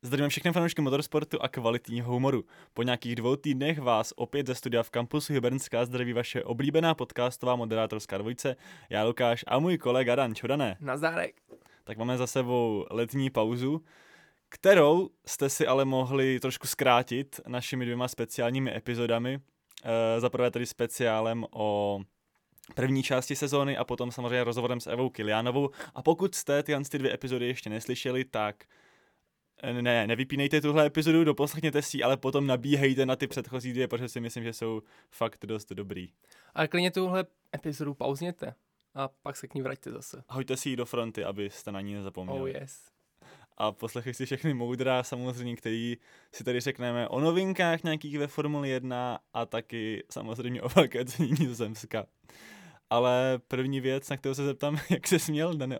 Zdravím všechny fanoušky motorsportu a kvalitního humoru. Po nějakých 2 týdnech vás opět ze studia v kampusu Hybernská zdraví vaše oblíbená podcastová moderátorská dvojice, já Lukáš a můj kolega Dan. Čau, Dané. Nazdárek. Tak máme za sebou letní pauzu, kterou jste si ale mohli trošku zkrátit našimi 2 speciálními epizodami. Za prvé tedy speciálem o první části sezóny a potom samozřejmě rozhovorem s Evou Kiliánovou. A pokud jste ty 2 epizody ještě neslyšeli, tak nevypínejte tuhle epizodu, doposlechněte si ji, ale potom nabíhejte na ty předchozí 2, protože si myslím, že jsou fakt dost dobrý. Ale klidně tuhle epizodu pauzněte a pak se k ní vraťte zase. Hoďte si ji do fronty, abyste na ní nezapomněli. Oh yes. A poslechli si všechny moudra, samozřejmě, který si tady řekneme o novinkách nějakých ve Formuli 1 a taky samozřejmě o velké ceně Nizozemska. Ale první věc, na kterou se zeptám, jak se směl, Dane,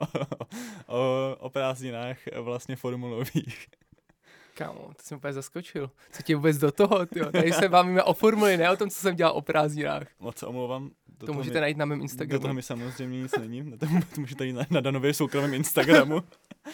o prázdninách vlastně formulových. Kámo, to jsem úplně zaskočil. Co tě vůbec do toho, tyjo? Tady se bavíme o formuli, ne o tom, co jsem dělal o prázdninách. Moc se omlouvám. To můžete najít na mém Instagramu. Do toho mi samozřejmě nic není. To můžete jít na Danově soukromém Instagramu.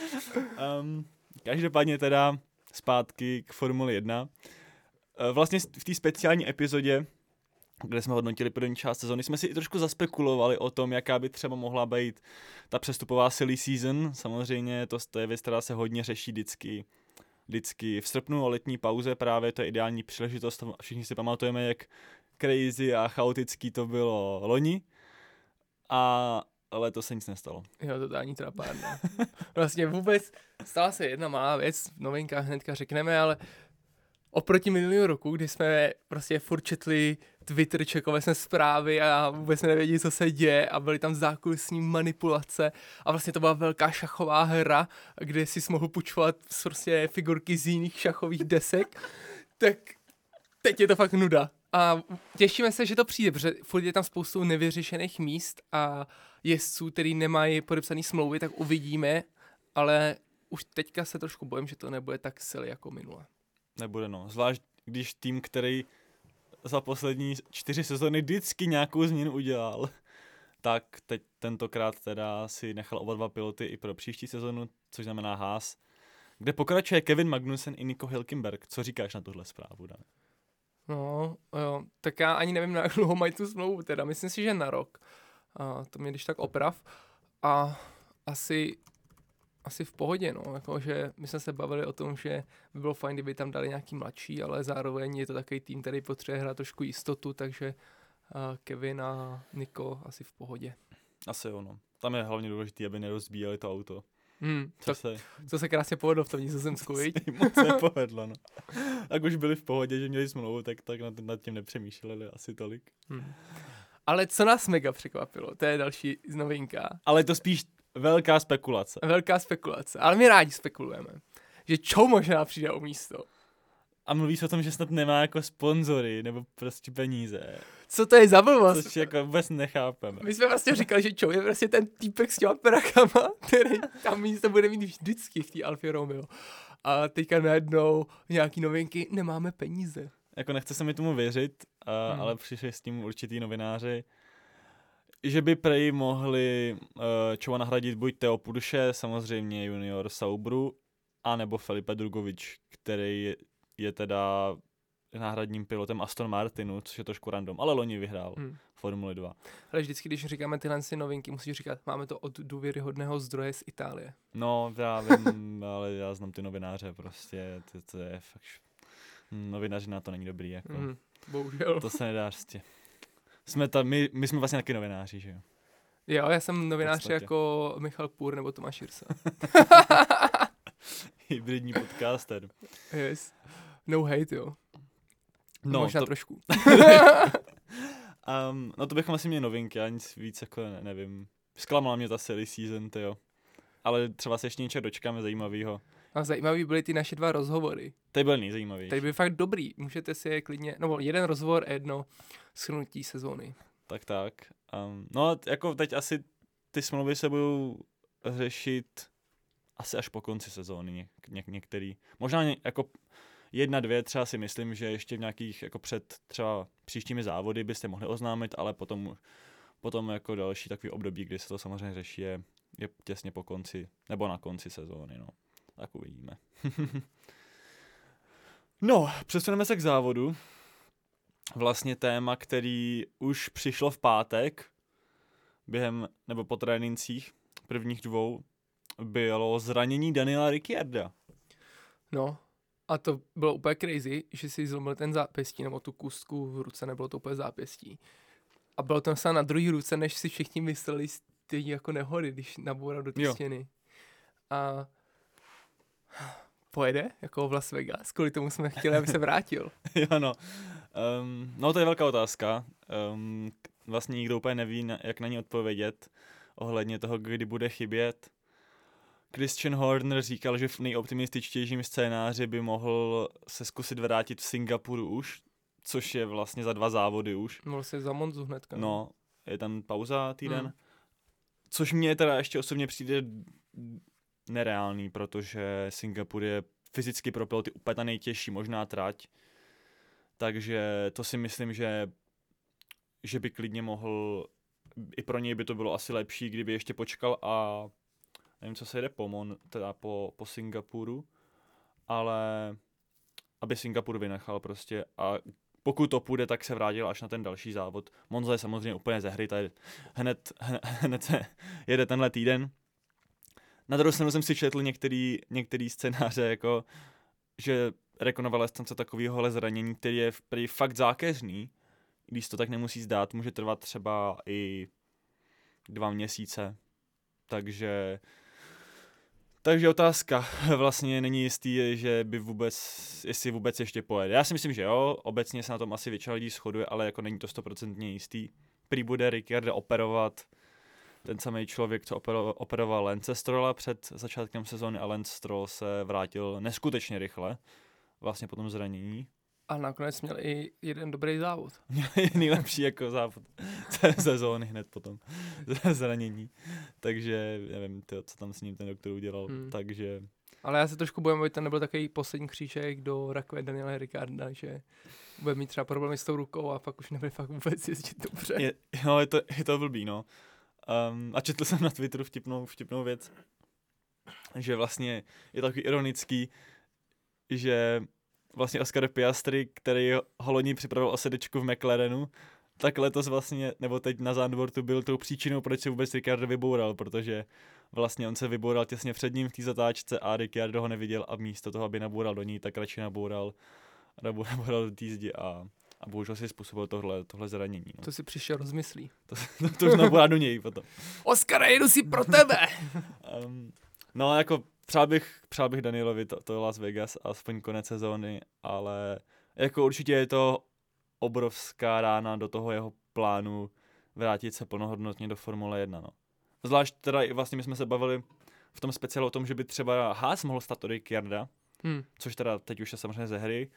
Každopádně teda zpátky k Formuli 1. Vlastně v té speciální epizodě, kde jsme hodnotili první část sezóny, jsme si i trošku zaspekulovali o tom, jaká by třeba mohla být ta přestupová silly season. Samozřejmě to je věc, která se hodně řeší vždycky v srpnu o letní pauze, právě to je ideální příležitost. Všichni si pamatujeme, jak crazy a chaotický to bylo loni. A letos se nic nestalo. Jo, totální trapárna. Vlastně vůbec stala se jedna malá věc, v novinkách hnedka řekneme, ale oproti minulého roku, kdy jsme prostě furt četli Twitter, čekali jsme zprávy a vůbec jsme nevěděli, co se děje a byly tam zákulisní manipulace a vlastně to byla velká šachová hra, kde si mohl půjčovat prostě figurky z jiných šachových desek, tak teď je to fakt nuda. A těšíme se, že to přijde, protože furt je tam spoustu nevyřešených míst a jezdců, který nemají podepsaný smlouvy, tak uvidíme, ale už teďka se trošku bojím, že to nebude tak silly jako minule. Nebude, no. Zvlášť když tým, který za poslední 4 sezóny vždycky nějakou změnu udělal, tak teď tentokrát teda si nechal oba 2 piloty i pro příští sezonu, což znamená Haas, kde pokračuje Kevin Magnussen i Nico Hülkenberg. Co říkáš na tuhle zprávu, Dan? No, jo, tak já ani nevím, na jak dlouho mají tu smlouvu teda. Myslím si, že na rok. To mě když tak oprav. A asi v pohodě, no. Jakože my jsme se bavili o tom, že by bylo fajn, kdyby tam dali nějaký mladší, ale zároveň je to takový tým, který potřebuje hrát trošku jistotu, takže Kevin a Nico asi v pohodě. Asi ono. Tam je hlavně důležité, aby nerozbíjeli to auto. Co se krásně povedlo v tom Nizozemsku, viď? Moc nepovedlo, no. Tak už byli v pohodě, že měli smlouvu, tak nad tím nepřemýšleli asi tolik. Ale co nás mega překvapilo, to je další novinka. Ale to spíš velká spekulace. Velká spekulace, ale my rádi spekulujeme, že Čou možná přijde o místo. A mluví se o tom, že snad nemá jako sponzory nebo prostě peníze. Co to je za blbost? Což jako vůbec nechápeme. My jsme vlastně říkali, že Čou je prostě ten týpek s těma prachama, který tam místo bude mít vždycky v té Alfě Romeo. A teďka najednou nějaký novinky, nemáme peníze. Jako nechce se mi tomu věřit, ale přišli s tím určitý novináři, že by prej mohli Čova nahradit buď Theo Purše, samozřejmě junior Saubru, anebo Felipe Drugovič, který je teda náhradním pilotem Aston Martinu, což je trošku random, ale loni vyhrál Formuli 2. Ale vždycky, když říkáme tyhle novinky, musíš říkat, máme to od důvěryhodného zdroje z Itálie. No, já vím, ale já znám ty novináře, prostě, to je fakt, novinaři na to není dobrý, jako. Bohužel. To se nedá prostě. My jsme vlastně taky novináři, že jo? Jo, já jsem novinář jako Michal Půr nebo Tomáš Jirsa. Hybridní podcaster. Yes. No hate, jo. No, možná trošku. No to bychom asi měli novinky, já nic víc jako nevím. Zklamala mě ta silly season, tyjo. Ale třeba se ještě něčeho dočkáme zajímavého. A zajímavý byly ty naše 2 rozhovory. Tady byl nejzajímavější. Tady byl fakt dobrý, můžete si je klidně, no jeden rozhovor a jedno shrnutí sezóny. Tak. No jako teď asi ty smlouvy se budou řešit asi až po konci sezóny některý. Možná jako 1, 2 třeba si myslím, že ještě v nějakých jako před třeba příštími závody byste mohli oznámit, ale potom jako další takový období, kdy se to samozřejmě řeší, je těsně po konci, nebo na konci sezóny, no. Tak uvidíme. No, přesuneme se k závodu. Vlastně téma, který už přišlo v pátek, nebo po trénincích prvních 2, bylo zranění Daniela Ricciarda. No, a to bylo úplně crazy, že si zlomil ten zápěstí, nebo tu kůstku v ruce, nebylo to úplně zápěstí. A bylo to na druhé ruce, než si všichni mysleli z ty jako nehody, když naboural do té stěny. A pojede, jako v Las Vegas, kvůli tomu jsme chtěli, aby se vrátil. Jo, no. No, to je velká otázka. Vlastně nikdo úplně neví, jak na ní odpovědět ohledně toho, kdy bude chybět. Christian Horner říkal, že v nejoptimističtějším scénáři by mohl se zkusit vrátit v Singapuru už, což je vlastně za 2 závody už. Mohl se za Monzu hnedka. No, je tam pauza týden. Což mně teda ještě osobně přijde nereálný, protože Singapur je fyzicky pro piloty úplně ta nejtěžší možná trať. Takže to si myslím, že by klidně mohl, i pro něj by to bylo asi lepší, kdyby ještě počkal a nevím, co se jde po Singapuru, ale aby Singapur vynechal prostě a pokud to půjde, tak se vrátil až na ten další závod. Monza je samozřejmě úplně ze hry, tady hned se jede tenhle týden. Na druhou stranu jsem si četl některý scénáře, jako, že rekonvalescence takovýhohle zranění, který je fakt zákeřný, když to tak nemusí zdát, může trvat třeba i 2 měsíce. Takže otázka vlastně není jistý, že by jestli vůbec ještě pojede. Já si myslím, že jo, obecně se na tom asi většina lidí shoduje, ale jako není to 100% jistý. Prý bude Ricciarda operovat ten samý člověk, co operoval Lance Strolla před začátkem sezóny a Lance Stroll se vrátil neskutečně rychle, vlastně po tom zranění. A nakonec měl i jeden dobrý závod. Nejlepší jako závod sezóny hned potom zranění. Takže nevím, co tam s ním ten doktor udělal. Takže... Ale já se trošku bojím, aby to nebyl takový poslední kříček do rakve Daniela Ricciarda, že bude mít třeba problémy s tou rukou a pak už nebude fakt vůbec jezdit dobře. Je to blbý, no. A četl jsem na Twitteru vtipnou věc, že vlastně je takový ironický, že vlastně Oscar Piastri, který ho loni připravil o sedečku v McLarenu, tak letos vlastně, nebo teď na Zandvoortu byl tou příčinou, proč se vůbec Ricciardo vyboural, protože vlastně on se vyboural těsně před ním v té zatáčce a Ricciardo ho neviděl a místo toho, aby naboural do ní, tak radši naboural do té zdi a bohužel si způsobil tohle zranění. No. To si přišel rozmyslí. To už nabourá do něj potom. Oscar, jedu si pro tebe! No jako přál bych Danielovi to Las Vegas aspoň konec sezóny, ale jako určitě je to obrovská rána do toho jeho plánu vrátit se plnohodnotně do Formule 1, no. Zvlášť teda vlastně my jsme se bavili v tom speciálu o tom, že by třeba Haas mohl stát od Ricciarda, což teda teď už je samozřejmě ze hry.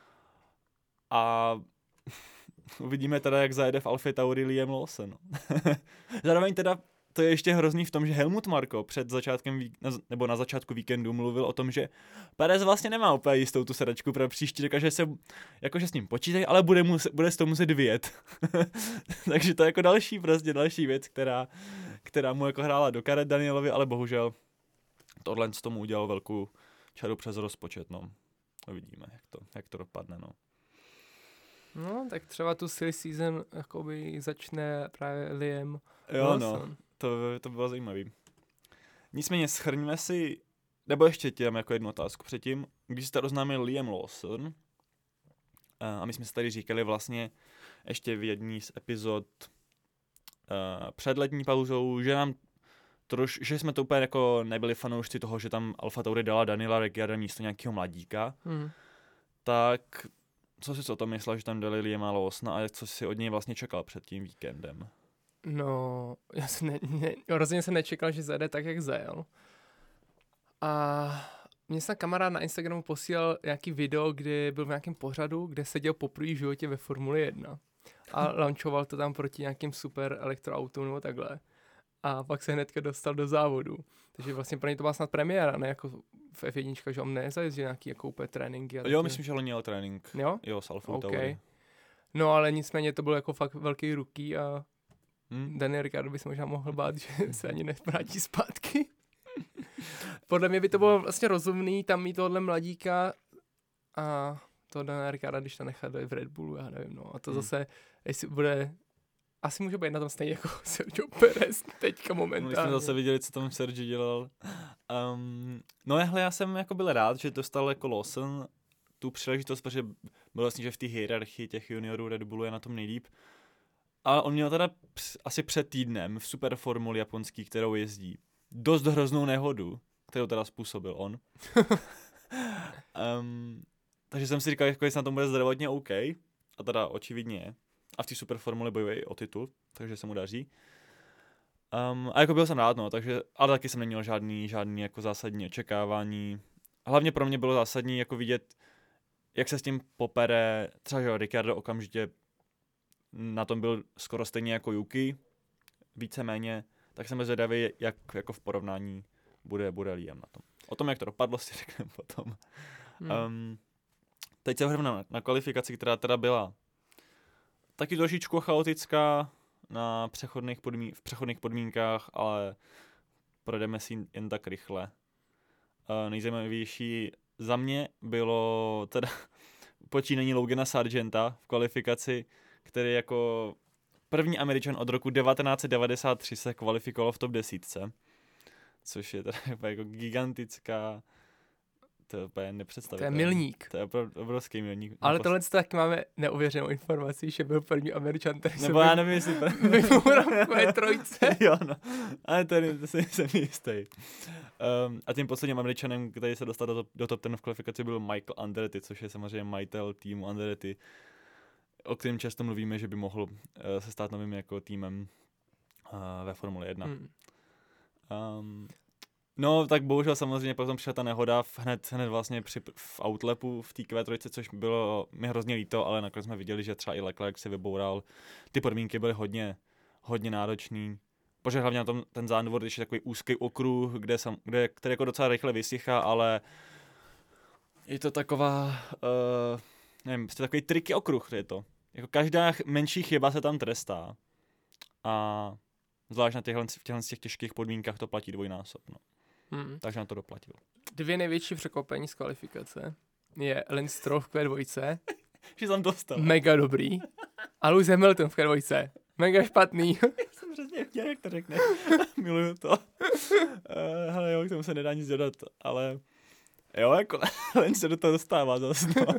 A uvidíme teda, jak zajede v Alfě Tauri Liam Lawson. Zároveň teda to je ještě hrozný v tom, že Helmut Marko před začátkem nebo na začátku víkendu mluvil o tom, že Perez vlastně nemá úplně jistou tu sedačku pro příští, říká, že jakože s ním počítají, ale bude s toho muset vyjet. Takže to je jako další věc, která mu jako hrála do karet Danielovi, ale bohužel tohle z tomu udělal velkou čaru přes rozpočet, no. Uvidíme, jak to dopadne, no. No, tak třeba tu silly season jakoby začne právě Liam Lawson. No, to bylo zajímavý. Nicméně shrňme si, nebo ještě tě jako jednu otázku předtím, když jste oznámil Liam Lawson, a my jsme se tady říkali vlastně ještě v jedné z epizod před letní pauzou, že jsme to úplně jako nebyli fanoušci toho, že tam Alfa Tauri dala Daniela Ricciarda místo nějakého mladíka, tak co jsi o tom myslel, že tam dali Liama Lawsona a co jsi od něj vlastně čekal před tím víkendem? No, já rozhodně jsem nečekal, že zajede tak, jak zajel. A mě se kamarád na Instagramu posílal nějaký video, kdy byl v nějakém pořadu, kde seděl poprvé v životě ve Formuli 1. A launchoval to tam proti nějakým super elektroautům nebo takhle. A pak se hnedka dostal do závodu. Takže vlastně pro něj to byla snad premiéra, ne jako v F1, že on nezajezdil nějaký jako úplně tréninky. Jo, myslím, že on měl trénink. Jo, s Alfou Tauri. No ale nicméně to byl jako fakt velký rookie a Daniel Ricciardo by se možná mohl bát, že se ani nevrátí zpátky. Podle mě by to bylo vlastně rozumný tam mít tohle mladíka a toho Dana Ricciarda, když to nechá v Red Bullu, já nevím, no. A to zase, jestli bude, asi může být na tom stejně jako Sergio Perez teďka momentálně. No, když jsme zase viděli, co tam Sergio dělal. No já jsem jako byl rád, že dostal jako Lawson tu příležitost, protože byl vlastně, že v té hierarchii těch juniorů Red Bullu je na tom nejlíp. Ale on měl teda asi před týdnem v superformuli japonský, kterou jezdí, dost hroznou nehodu, kterou teda způsobil on. Takže jsem si říkal, jako jestli na tom bude zdravotně OK, a teda očividně je. A v té superformuli bojuje i o titul, takže se mu daří. A jako byl jsem rád, no, takže, ale taky jsem neměl žádný jako zásadní očekávání. Hlavně pro mě bylo zásadní jako vidět, jak se s tím popere, třeba že Ricciardo okamžitě na tom byl skoro stejně jako Yuki, víceméně, tak jsem zvědavý, jak jako v porovnání bude Liam na tom. O tom, jak to dopadlo, si řekneme potom. Teď se vrhneme na kvalifikaci, která teda byla taky trošičku chaotická na v přechodných podmínkách, ale projdeme si jen tak rychle. Nejzajímavější za mě bylo teda počínání Logana Sargenta v kvalifikaci, který jako první Američan od roku 1993 se kvalifikoval v top 10, což je teda jako gigantická, to je úplně nepředstavitelné. To je milník. To je obrovský milník. Ale tohle taky máme neuvěřenou informaci, že byl první Američan, který nebo já nevím, jestli vyfoural trojce. Jo, no. Ale to jsem jistý. A tím posledním Američanem, který se dostal do top 10 v kvalifikaci, byl Michael Andretti, což je samozřejmě majitel týmu Andretti, o kterém často mluvíme, že by mohl se stát novým jako týmem ve Formule 1. No, tak bohužel samozřejmě potom přišla ta nehoda hned vlastně v outlapu v té Q3, což bylo mi hrozně líto, ale nakonec jsme viděli, že třeba i Leclerc se vyboural. Ty podmínky byly hodně náročný. Protože hlavně na tom ten závod, když je takový úzký okruh, který jako docela rychle vysychá, ale je to taková, nevím, prostě takový triky okruh je to. Jako každá menší chyba se tam trestá. A zvlášť na těch těžkých podmínkách to platí dvojnásob, no. Takže na to doplatil. 2 největší překvapení z kvalifikace je Lance Stroll v Q2. Že jsem dostal. Mega dobrý. A Lewis Hamilton v Q2. Mega špatný. Já jsem přesně chtěl, jak to řekne. Miluju to. Hele jo, k tomu se nedá nic dodat, ale jo, jako Lance se do toho dostává zase, no.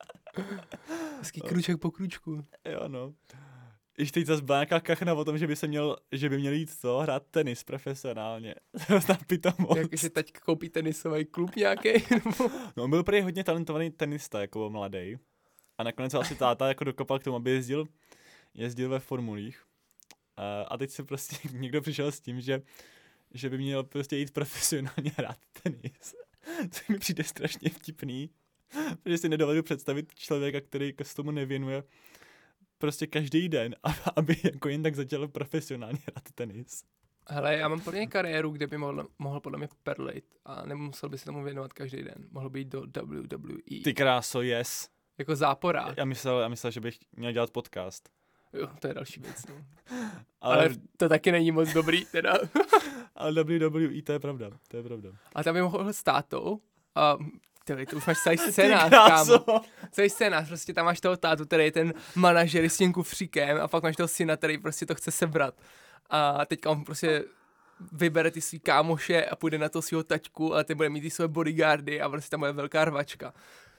Hezký kruček po kručku. Jo, no. Když teď zase byla nějaká kachna o tom, že by měl jít hrát tenis profesionálně. Hrozná pitomost. Jakože teď koupí tenisový klub nějaký? No, on byl prý hodně talentovaný tenista, jako mladý. A nakonec asi táta jako dokopal k tomu, aby jezdil ve formulích. A teď se prostě někdo přišel s tím, že by měl prostě jít profesionálně hrát tenis. Co mi přijde strašně vtipný. Protože si nedovedu představit člověka, který se tomu nevěnuje prostě každý den, aby jako jen tak začal profesionálně hrát tenis. Hele, já mám podle mě kariéru, kde by mohl podle mě perlit a nemusel by se tomu věnovat každý den. Mohl být do WWE. Ty kráso, yes. Jako záporák. Já myslel, že bych měl dělat podcast. Jo, to je další věc. No. Ale to taky není moc dobrý, teda. Ale WWE, to je pravda. A tam by mohl s tátou a to už máš celý scénář, kámo. Celý scénář, prostě tam máš toho tátu, který je ten manažer s tím kufříkem a pak máš toho syna, který prostě to chce sebrat. A teďka on prostě vybere ty svý kámoše a půjde na to svýho taťku, ale ten bude mít ty své bodyguardy a prostě tam bude velká rvačka.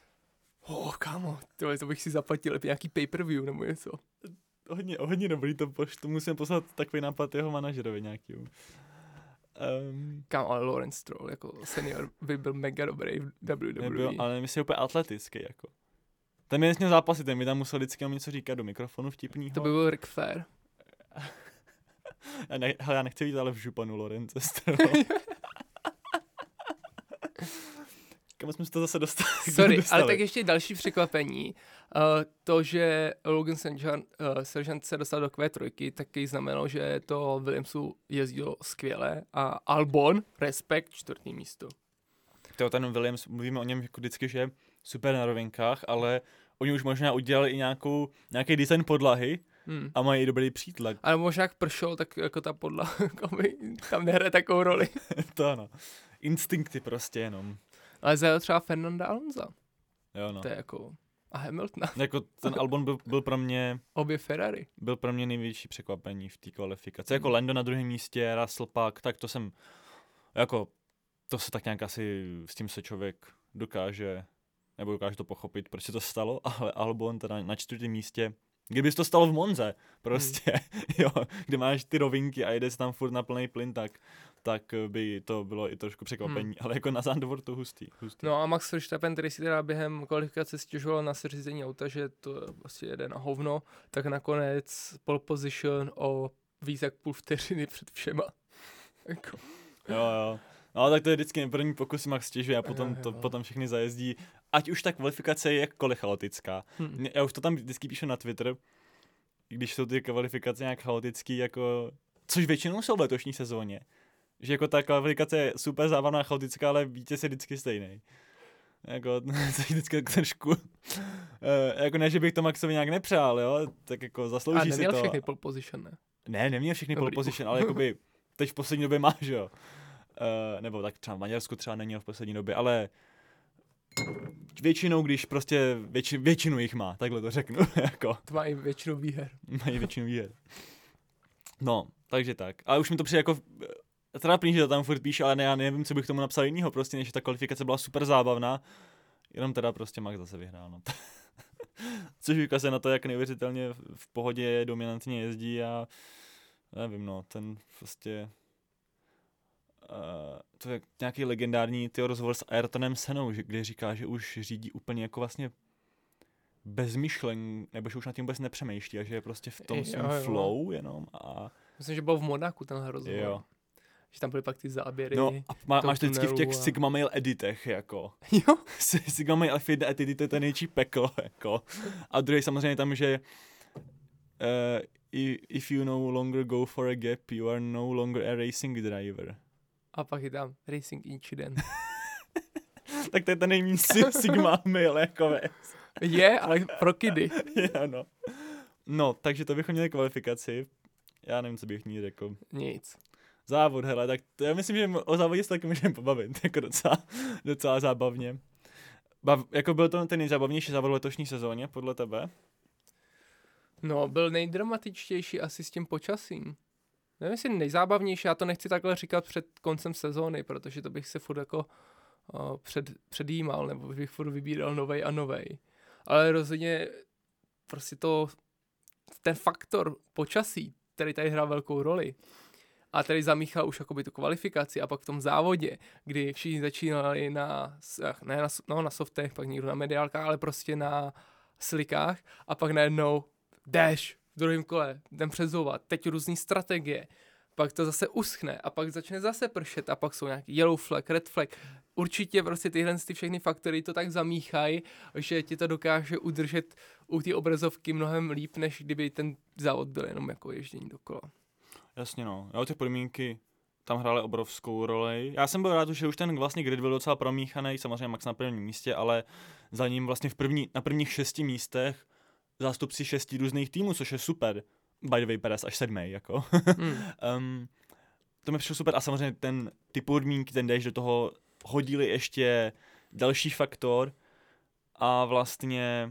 Kámo, to bych si zaplatil nějaký pay-per-view nebo něco. Hodně dobrý to musím poslat takový nápad jeho manažerovi nějakýmu. Kámo, ale Lawrence Stroll jako senior by byl mega dobrý v WWE. Nebyl, ale myslím, úplně atletický jako. Ten mi nesměl zápasit, ten mi tam musel vždycky něco říkat do mikrofonu vtipnýho. To by byl Ric Flair. Já nechci vidět ale v županu Lawrence Stroll. Kam jsme se to zase dostali? Sorry, ale tak ještě další překvapení. To, že Logan Sargent se dostal do Q3, taky znamenalo, že to Williamsu jezdilo skvěle a Albon, respekt, 4. místo. Ten Williams, mluvíme o něm jako vždycky, že je super na rovinkách, ale oni už možná udělali i nějaký design podlahy a mají i dobrý přítlak. Ale možná jak pršel, tak jako ta podlaha tam nehraje takovou roli. To ano. Instinkty prostě jenom. Ale zajel třeba Fernanda Alonso. Jo, no. To je jako A Hamiltona. Jako ten Albon byl pro mě... Obě Ferrari. Byl pro mě největší překvapení v té kvalifikaci. Jako Lando na druhém místě, Russell pak, tak to jsem... Jako, to se tak nějak asi s tím se člověk dokáže to pochopit, proč se to stalo, ale Albon teda na 4. místě. Kdyby se to stalo v Monze, prostě, jo, kde máš ty rovinky a jede se tam furt na plný plyn, tak by to bylo i trošku překvapení, ale jako na Zandvoortu hustý. No a Max Verstappen, který si teda během kvalifikace stěžoval na seřízení auta, že to vlastně jede na hovno, tak nakonec pole position o víc jak půl vteřiny před všema. Jako. Jo. No tak to je vždycky první pokus, Max stěžuje a potom všechny zajezdí. Ať už ta kvalifikace je jakkoliv chaotická. Já už to tam vždycky píšu na Twitter, když jsou ty kvalifikace nějak chaotický, jako, což většinou jsou v letošní sezóně. Že jako ta kvalifikace je super zábavná, chaotická, ale vítěz je vždycky stejný. Jako, to je vždycky trošku, jako ne, že bych to Maxovi nějak nepřál, jo, tak jako zaslouží si to. A neměl všechny pole position, ne? Ne, neměl všechny pole position, ale jakoby teď v poslední době máš, jo. Nebo tak třeba v Maďarsku třeba neměl v poslední době, ale většinou, když prostě většinu jich má, takhle to řeknu. Jako. To má i většinu výher. Mají většinu výher. No, takže tak. A už mi to přijde jako trápný, že to tam furt píše, ale ne, já nevím, co bych tomu napsal jinýho, prostě, než ta kvalifikace byla super zábavná, jenom teda prostě Max zase vyhrál, no. Což ukazuje na to, jak neuvěřitelně v pohodě dominantně jezdí a nevím, no, ten prostě... to je nějaký legendární rozhovor s Ayrtonem Sennou, kde říká, že už řídí úplně jako vlastně bez myšlení, nebo že už nad tím vůbec nepřemýšlí a že je prostě v tom svém flow jenom a... Myslím, že byl v Monaku tenhle rozhovor. Jo. Že tam byly pak ty záběry. No a máš to vždycky v těch Sigma Mail editech, jako. Jo? Sigma Mail F1 edit je ten největší peklo, jako. A druhý samozřejmě tam, že if you no longer go for a gap, you are no longer a racing driver. A pak je tam racing incident. Tak to je ten nejméně Sigma Mail, jako ves. Je, ale pro kidy. No. No, takže to bychom měli kvalifikaci. Já nevím, co bych ní řekl. Nic. Závod, hele, tak to já myslím, že o závodě se taky můžeme pobavit, jako docela zábavně. Jako byl to ten nejzábavnější závod v letošní sezóně, podle tebe? No, byl nejdramatičtější asi s tím počasím. Nevím, jestli nejzábavnější, já to nechci takhle říkat před koncem sezóny, protože to bych se furt jako předjímal, nebo bych furt vybíral novej a novej. Ale rozhodně prostě ten faktor počasí, který tady hrál velkou roli, a tady zamíchal už jakoby tu kvalifikaci a pak v tom závodě, kdy všichni začínali na softech, pak někdo na mediálkách, ale prostě na slikách a pak najednou dash v druhém kole, jdem přezouvat, teď různý strategie, pak to zase uschne a pak začne zase pršet a pak jsou nějaký yellow flag, red flag. Určitě prostě tyhle všechny faktory to tak zamíchají, že ti to dokáže udržet u té obrazovky mnohem líp, než kdyby ten závod byl jenom jako ježdění dokola. Jasně no, ty podmínky tam hrály obrovskou roli. Já jsem byl rád, že už ten vlastně grid byl docela promíchaný, samozřejmě Max na prvním místě, ale za ním vlastně na prvních 6 místech zástupci 6 různých týmů, což je super. By the way, Perez až 7. jako. To mi přišlo super a samozřejmě ty podmínky, ten déšť do toho hodili ještě další faktor a vlastně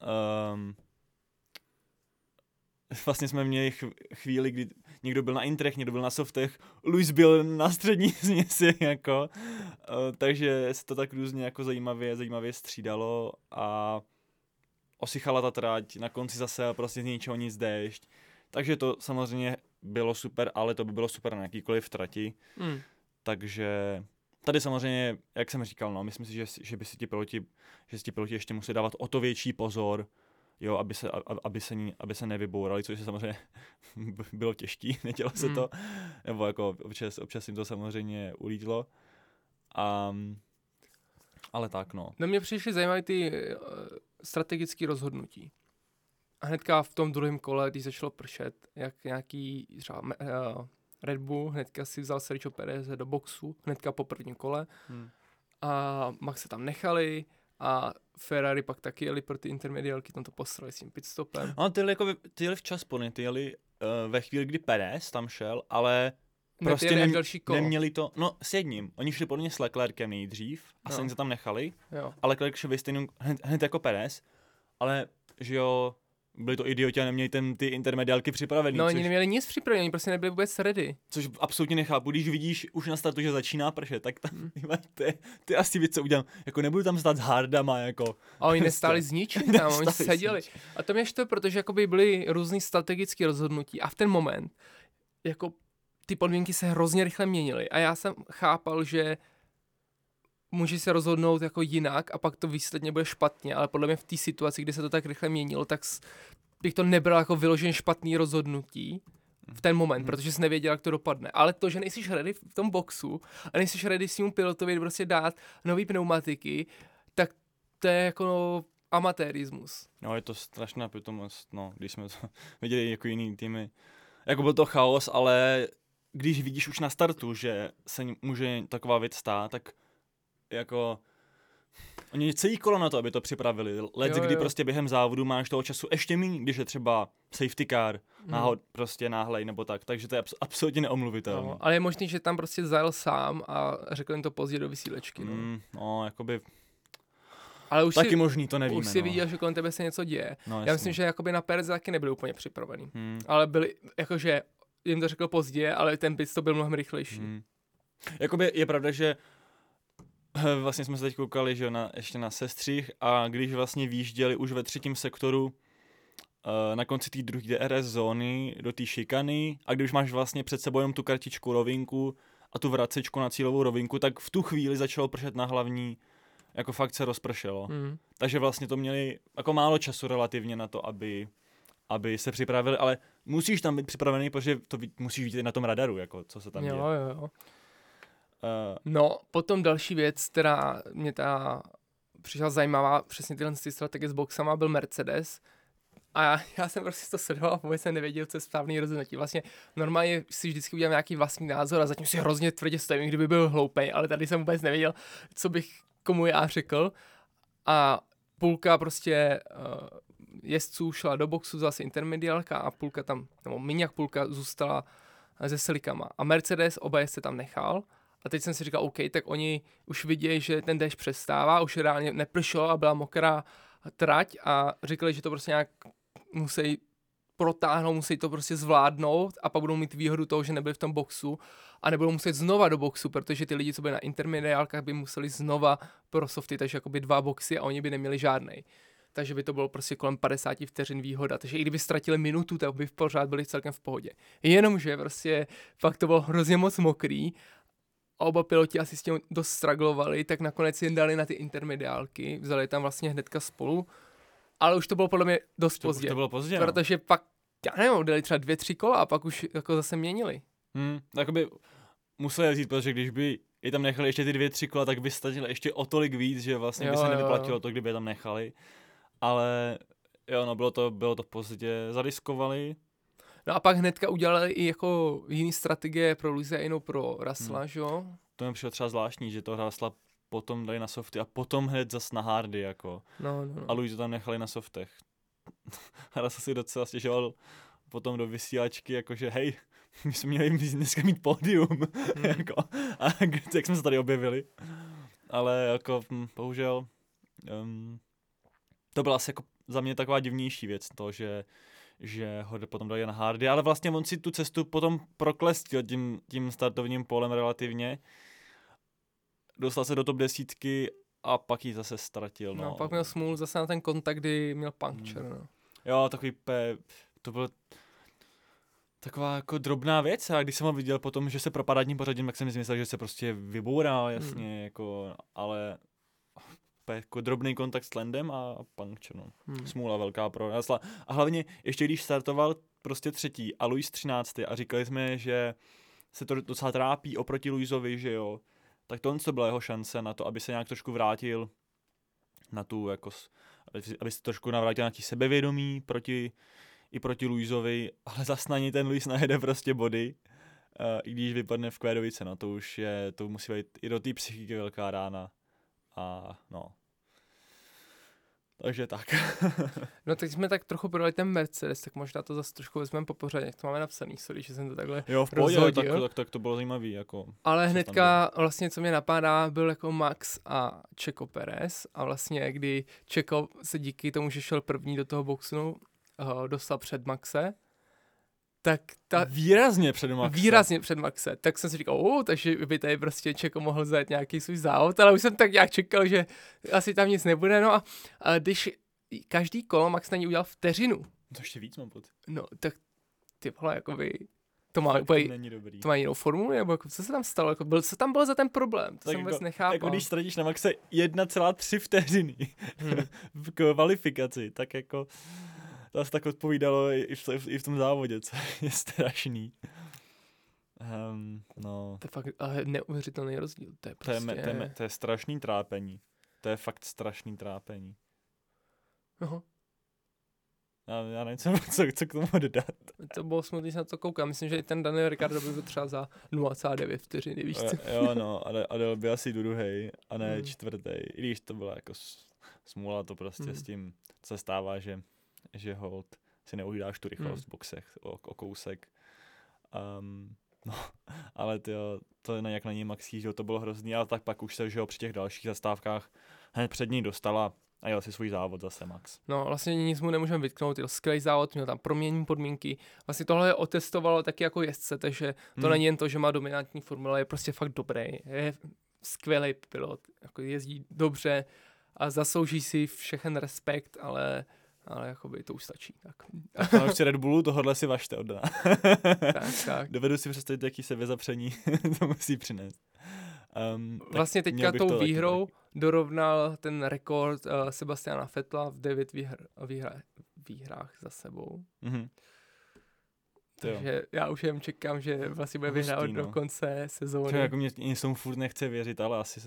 jsme měli chvíli, kdy někdo byl na intrech, někdo byl na softech, Lewis byl na střední směsi, jako, takže se to tak různě jako zajímavě střídalo a osychala ta trať, na konci zase prostě z ničeho nic déšť, takže to samozřejmě bylo super, ale to by bylo super na jakýkoliv trati, takže tady samozřejmě, jak jsem říkal, no, myslím si, že by si ti piloti ještě musí dávat o to větší pozor, jo, aby se nevybourali, což se samozřejmě bylo těžký, nedělo se to, nebo jako občas jim to samozřejmě ulítlo, ale tak, no. No mě přišly zajímavé ty strategické rozhodnutí. A hnedka v tom druhém kole, když začalo pršet, jak nějaký třeba Red Bull hnedka si vzal Sergio Perez do boxu, hnedka po prvním kole a Max se tam nechali a Ferrari pak taky jeli pro ty intermediálky, tam to poslali s tím pitstopem. No, ty jeli včas ty jeli ve chvíli, kdy Perez tam šel, ale prostě neměli to, no s jedním, oni šli podle mě s Leclerkem nejdřív a se tam nechali, ale Leclerc šel hned jako Perez ale že jo, byli to idioti a neměli ty intermediálky připravený. No, oni neměli nic připravený, oni prostě nebyli vůbec ready. Což absolutně nechápu, když vidíš už na startu, že začíná pršet, tak tam, ty asi víc, co udělám. Jako nebudu tam stát s hardama, jako. A oni nestáli s ničím tam, oni seděli. A to mě štve, protože jakoby byly různý strategické rozhodnutí a v ten moment, jako ty podmínky se hrozně rychle měnily a já jsem chápal, že může se rozhodnout jako jinak a pak to výsledně bude špatně, ale podle mě v té situaci, kdy se to tak rychle měnilo, tak bych to nebral jako vyloženě špatný rozhodnutí v ten moment, protože jsi nevěděl, jak to dopadne. Ale to, že nejsi ready v tom boxu a nejsi ready s tím pilotovi prostě dát nový pneumatiky, tak to je jako amatérismus. No, je to strašná pitomost, no, když jsme to viděli jako jiný týmy. Jako byl to chaos, ale když vidíš už na startu, že se může taková věc stát, tak jako oni celý kolo na to, aby to připravili. Kdy prostě během závodu máš toho času ještě méně, když je třeba safety car, prostě náhlej nebo tak, takže to je absolutně neomluvitelné. No, ale je možný, že tam prostě zajel sám a řekl jim to pozdě do vysílečky. No, jakoby. Ale už taky možný, to nevíme. Už si viděl, že kolem tebe se něco děje. No, já myslím, že jakoby na Perez taky nebyli úplně připravený. Ale byli, jakože jim to řekl pozdě, ale ten pit to byl mnohem rychlejší. Jakoby je pravda, že vlastně jsme se teď koukali, že ještě na sestřih a když vlastně výjížděli už ve třetím sektoru na konci té druhé DRS zóny do té šikany a když máš vlastně před sebou jenom tu kartičku rovinku a tu vracečku na cílovou rovinku, tak v tu chvíli začalo pršet na hlavní, jako fakt se rozpršelo. Takže vlastně to měli jako málo času relativně na to, aby se připravili, ale musíš tam být připravený, protože to musíš vidět na tom radaru, jako co se tam děje. Jo. No, potom další věc, která mě přišla zajímavá, přesně tyhle strategie s boxama, byl Mercedes. A já jsem prostě to sledoval a vůbec jsem nevěděl, co je správný rozhodnutí. Vlastně normálně si vždycky udělám nějaký vlastní názor a zatím si hrozně tvrdě stojím, kdyby byl hloupej, ale tady jsem vůbec nevěděl, co bych komu já řekl. A půlka prostě jezdců šla do boxu, zase intermediálka a půlka tam, nebo míň jak půlka zůstala se silikama. A Mercedes oba jezdce tam nechal. A teď jsem si říkal, OK, tak oni už vidějí, že ten déšť přestává, už reálně nepršelo a byla mokrá trať a říkali, že to prostě nějak musí protáhnout, musí to prostě zvládnout a pak budou mít výhodu toho, že nebyli v tom boxu a nebudou muset znova do boxu, protože ty lidi, co byli na intermediálkách, by museli znova pro softy, takže jakoby 2 boxy a oni by neměli žádnej. Takže by to bylo prostě kolem 50 vteřin výhoda. Takže i kdyby ztratili minutu, tak by pořád byli celkem v pohodě. Jenomže prostě fakt to bylo hrozně moc mokrý a oba piloti asi s tím dost straglovali, tak nakonec jen dali na ty intermediálky, vzali tam vlastně hnedka spolu, ale už to bylo podle mě dost pozdě. To bylo pozdě, protože pak, já nevím, dali třeba 2-3 kola a pak už jako zase měnili. Takoby museli vzít, protože když by je tam nechali ještě ty 2-3 kola, tak by statili ještě o tolik víc, že vlastně by se nevyplatilo to, kdyby je tam nechali. Ale jo, no bylo to pozdě, zariskovali. No a pak hnedka udělali i jako jiný strategie pro Luise a jinou pro Russella, že jo? To mi přišlo třeba zvláštní, že to Russella potom dali na softy a potom hned zas na hardy, jako. No. A Luise tam nechali na softech. A Russell si docela stěžoval potom do vysílačky, jakože hej, my jsme měli dneska mít pódium, jako, a jak jsme se tady objevili. Ale jako, bohužel, to byla asi jako za mě taková divnější věc, to, že ho potom dali na hardy, ale vlastně on si tu cestu potom proklestil tím startovním polem relativně. Dostal se do top 10 a pak ji zase ztratil. No, pak měl smůlu zase na ten kontakt, kdy měl puncture, no. Jo, to bylo taková jako drobná věc a když jsem ho viděl potom, že se propadá tím pořadím, tak jsem si myslel, že se prostě vyboural, jasně, jako, ale jako drobný kontakt s Landem a puncture, no. Smůla velká pro Russella. A hlavně ještě když startoval prostě 3. a Lewis 13. a říkali jsme, že se to docela trápí oproti Lewisovi, že jo, tak to byla jeho šance na to, aby se nějak trošku vrátil na tu, jako, aby se trošku navrátil na tí sebevědomí i proti Lewisovi, ale zas na něj ten Lewis najede prostě body, i když vypadne v Q2, no to musí být i do té psychiky velká rána a no. Takže tak. No teď jsme tak trochu prodali ten Mercedes, tak možná to zase trošku vezmeme po pořadě, jak to máme napsaný, sorry, že jsem to takhle Jo, v pohodě, rozhodil. tak to bylo zajímavý. Jako, ale hnedka vlastně, co mě napadá, byl jako Max a Checo Perez a vlastně, kdy Checo se díky tomu, že šel první do toho boxu, dostal před Maxe, tak výrazně před Maxe. Výrazně před Maxe. Tak jsem si říkal, takže by tady prostě Checo mohl zajet nějaký svůj závod, ale už jsem tak nějak čekal, že asi tam nic nebude. No a když každý kolo Max na ní udělal vteřinu. To ještě víc mám pocit. No, tak ty vole, jakoby, to má úplně, to má jinou formuli, nebo jako, co se tam stalo, jako, co tam bylo za ten problém, to tak jsem vůbec nechápal. Jako když ztratíš na Maxe 1,3 vteřiny v kvalifikaci, tak jako to asi tak odpovídalo i v tom závodě, co je strašný. No. To je fakt neuvěřitelný rozdíl, to je prostě... To je strašný trápení. To je fakt strašný trápení. Aha. Já nevím, co k tomu dodat. To bylo smutný, se na to koukám. Myslím, že i ten Daniel Ricciardo by byl třeba za 0,9 vteřiny, víš co? Jo, no, a dal by asi druhej a ne čtvrtý. I když to byla jako smůla, to prostě s tím, co se stává, že hold si neuhlídáš tu rychlost v boxech o kousek. No, ale to nějak na ní Maxí, že to bylo hrozný, ale tak pak už se, že jo, při těch dalších zastávkách hned před ní dostala a jel si svůj závod zase Max. No vlastně nic mu nemůžeme vytknout, jel skvělý závod, měl tam proměnní podmínky. Vlastně tohle je otestovalo taky jako jezdce, takže to není jen to, že má dominantní formule, je prostě fakt dobrý, je skvělý pilot, jako jezdí dobře a zaslouží si všechen respekt, ale jakoby to už stačí. Tak. A už Red Bullu tohodle si važte od dna. tak. Dovedu si představit, jaký sebezapření to musí přinést. Vlastně teďka tou výhrou dorovnal ten rekord Sebastiana Vettela v 9 výhrách za sebou. Mm-hmm. Takže já už jen čekám, že vlastně bude vyhrát do konce sezóny. Jako mě jsem furt nechce věřit, ale asi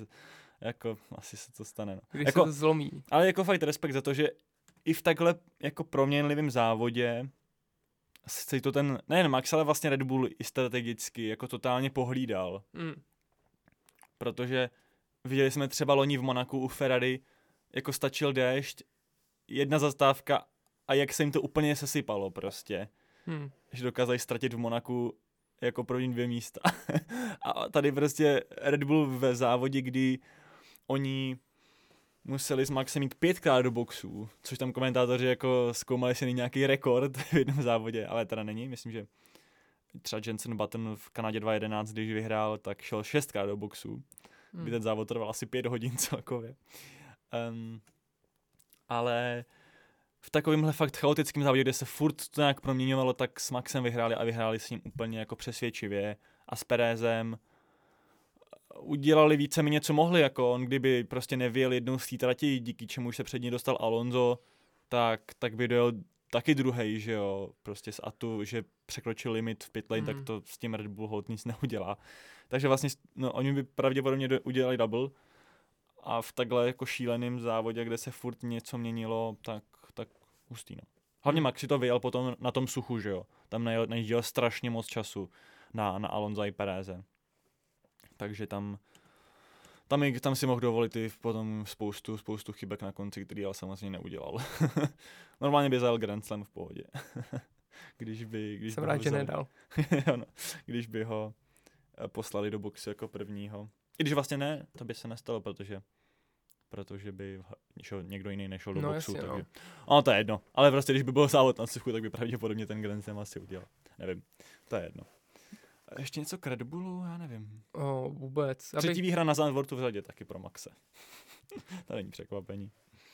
se to stane. No. Když jako, se to zlomí. Ale jako fakt respekt za to, že i v takhle jako proměnlivém závodě se to nejen Max, ale vlastně Red Bull i strategicky jako totálně pohlídal. Protože viděli jsme třeba loni v Monaku u Ferrari, jako stačil déšť, jedna zastávka a jak se jim to úplně sesypalo prostě. Že dokázali ztratit v Monaku jako první 2 místa. A tady prostě Red Bull ve závodě, kdy oni museli s Maxem jít 5krát do boxu, což tam komentátoři jako zkoumali, jestli není nějaký rekord v jednom závodě, ale teda není. Myslím, že třeba Jenson Button v Kanadě 2011, když vyhrál, tak šel 6krát do boxu, kdy ten závod trval asi 5 hodin celkově. Ale v takovémhle fakt chaotickém závodě, kde se furt to nějak proměňovalo, tak s Maxem vyhráli a vyhráli s ním úplně jako přesvědčivě a s Perezem udělali víceméně, co mohli, jako on, kdyby prostě nevyjel jednou z té trati, díky čemu se před ní dostal Alonso, tak by dojel taky druhej, že jo, prostě z Atu, že překročil limit v pitlane, tak to s tím Red Bull hold nic neudělá. Takže vlastně, oni by pravděpodobně udělali double a v takhle jako šíleném závodě, kde se furt něco měnilo, tak hustý, no. Hlavně Max si to vyjel potom na tom suchu, že jo, tam nejížděl strašně moc času na Alonso i Pereze. Takže tam si mohl dovolit i potom spoustu chybek na konci, který ale samozřejmě neudělal. Normálně by zajel Grand Slam v pohodě. Jsem rád, že nedal. Když by ho poslali do boxu jako prvního. I když vlastně ne, to by se nestalo, protože by někdo jiný nešel do boxu. Jasně, takže... No to je jedno. Ale prostě když by byl závod na suchu, tak by pravděpodobně ten Grand Slam asi udělal. Nevím, to je jedno. Ještě něco k Red Bullu? Já nevím. Vůbec. Třetí výhra na Zandvoortu v řadě taky pro Maxe. To není překvapení.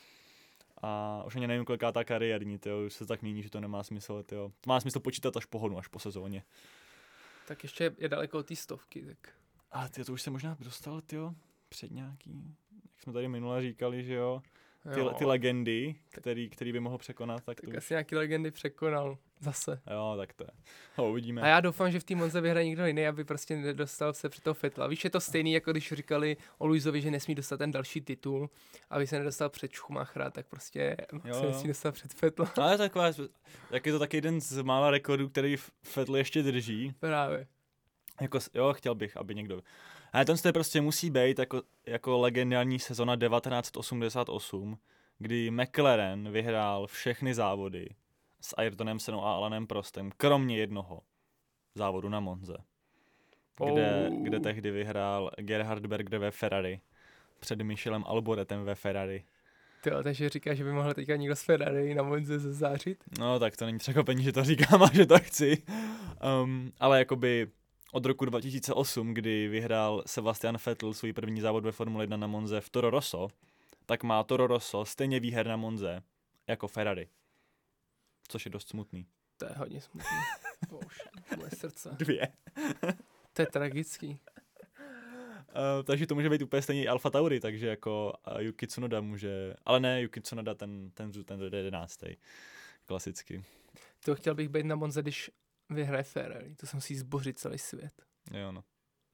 A už ani nevím, koliká ta kariérní, už se tak mění, že to nemá smysl, To má smysl počítat až po sezóně. Tak ještě je daleko od té 100, tak... A to už se možná dostal, před nějaký, jak jsme tady minule říkali, že jo, ty legendy, který by mohl překonat, tak to asi nějaký legendy překonal zase. Jo, tak to je. Uvidíme. A já doufám, že v té Monze vyhraje někdo jiný, aby prostě nedostal se před toho Vettela. Víš, je to stejný, jako když říkali o Luisovi, že nesmí dostat ten další titul, aby se nedostal před Schumachera, tak prostě se nesmí dostat před Vettela. Ale takové, jak je to taky jeden z mála rekordů, který Vettel ještě drží. Právě. Chtěl bych, aby někdo... Ale ten prostě musí být jako legendární sezona 1988, kdy McLaren vyhrál všechny závody s Ayrtonem Sennou a Alanem Prostem, kromě jednoho závodu na Monze, kde tehdy vyhrál Gerhard Berger ve Ferrari před Michelem Alboretem ve Ferrari. Tyjo, takže říkáš, že by mohl teďka někdo z Ferrari na Monze zazářit? No tak to není překvapení, že to říkám a že to chci. Ale jakoby od roku 2008, kdy vyhrál Sebastian Vettel svůj první závod ve Formule 1 na Monze v Toro Rosso, tak má Toro Rosso stejně výher na Monze jako Ferrari. Což je dost smutný. To je hodně smutný. Bože, moje srdce. 2. To je tragický. Takže to může být úplně stejný Alfa Tauri, takže jako Yuki Tsunoda může, ale ne Yuki Tsunoda, ten je 11. Klasicky. To chtěl bych být na Monze, když vyhraje Ferrari. To se musí zbořit celý svět. Jo, no.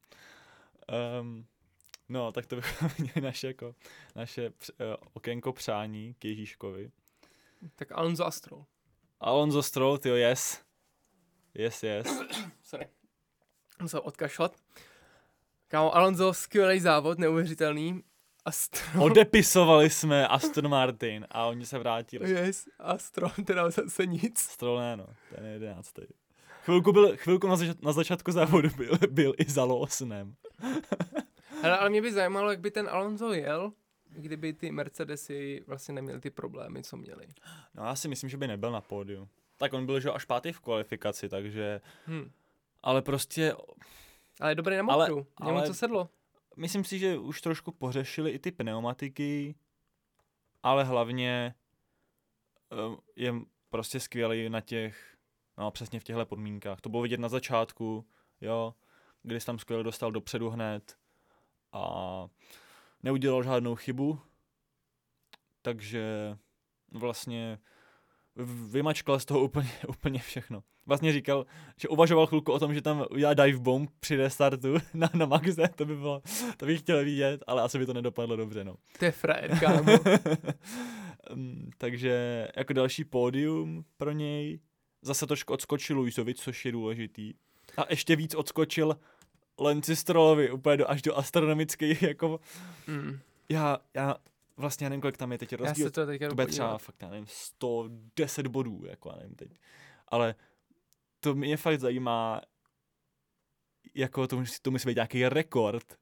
No, tak to bychom měli naše okénko přání k Ježíškovi. Tak Alonso a Stroll. Alonso Stroll, tyjo, yes. Sorry. Musel odkašlat. Kámo, Alonso, skvělý závod, neuvěřitelný. A Stroll... Odepisovali jsme Aston Martin a oni se vrátili. Yes, a Stroll teda zase nic. Stroll ne, no, ten je 11. Chvilku na začátku závodu byl i za Lawsonem. Ale mě by zajímalo, jak by ten Alonso jel, kdyby ty Mercedesy vlastně neměly ty problémy, co měly. No já si myslím, že by nebyl na pódiu. Tak on byl, že až 5. v kvalifikaci, takže... Ale prostě... Ale je dobrý na mokru, němu co sedlo. Myslím si, že už trošku pořešili i ty pneumatiky, ale hlavně je prostě skvělý na těch, no přesně v těchto podmínkách. To bylo vidět na začátku, jo, kdy jsi tam skvěle dostal dopředu hned a neudělal žádnou chybu, takže vlastně vymačkal z toho úplně všechno. Vlastně říkal, že uvažoval chvilku o tom, že tam udělá dive bomb při restartu na Maxe, to bych chtěl vidět, ale asi by to nedopadlo dobře, no. To je frajer, kámo. Takže jako další pódium pro něj, zase trošku odskočil Luisovi, což je důležitý. A ještě víc odskočil Lenci Strollovi, úplně až do astronomických, jako... Já vlastně nevím, kolik tam je teď rozdíl. To bude třeba fakt, já nevím, 110 bodů, jako já nevím teď. Ale to mě fakt zajímá, jako to musí být nějaký rekord.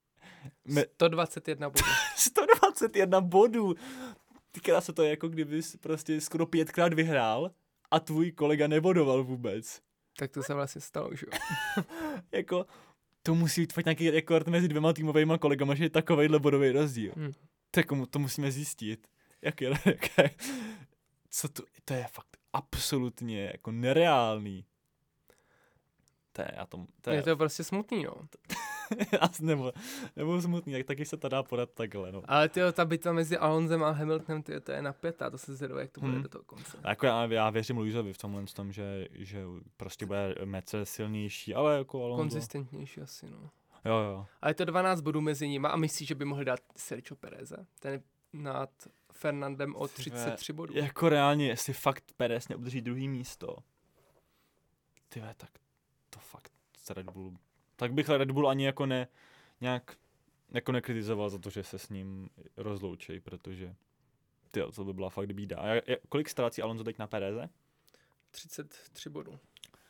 121 bodů. 121 bodů! Ty krása, to je jako kdyby prostě skoro 5krát vyhrál a tvůj kolega nebodoval vůbec. Tak to se vlastně stalo, že jo? Jako, to musí být fakt nějaký rekord mezi 2 týmovejma kolegama, že je takovejhle bodový rozdíl. To musíme zjistit. Jaké? Co to je fakt absolutně jako nereálný. Je to prostě smutný, no. nebo smutný, tak taky se to dá podat takhle, no. Ale tyjo, ta bitva mezi Alonsem a Hamiltonem, tyjo, to je napětá, to se zvěduje, jak to bude do toho konce. Jako já věřím Luisovi v tomhle tom, že prostě bude Mercedes silnější, ale jako Alonso. Konzistentnější asi, no. Jo. A je to 12 bodů mezi nimi a myslíš, že by mohli dát Sergio Pereze? Ten je nad Fernandem o 33 bodů. Jako reálně, jestli fakt Perez neudrží druhý místo, tak to fakt z Red Bullu. Tak bych Red Bull ani jako nějak jako nekritizoval za to, že se s ním rozloučí, protože to by byla fakt bída. A kolik ztrácí Alonso teď na Pereze? 33 bodů.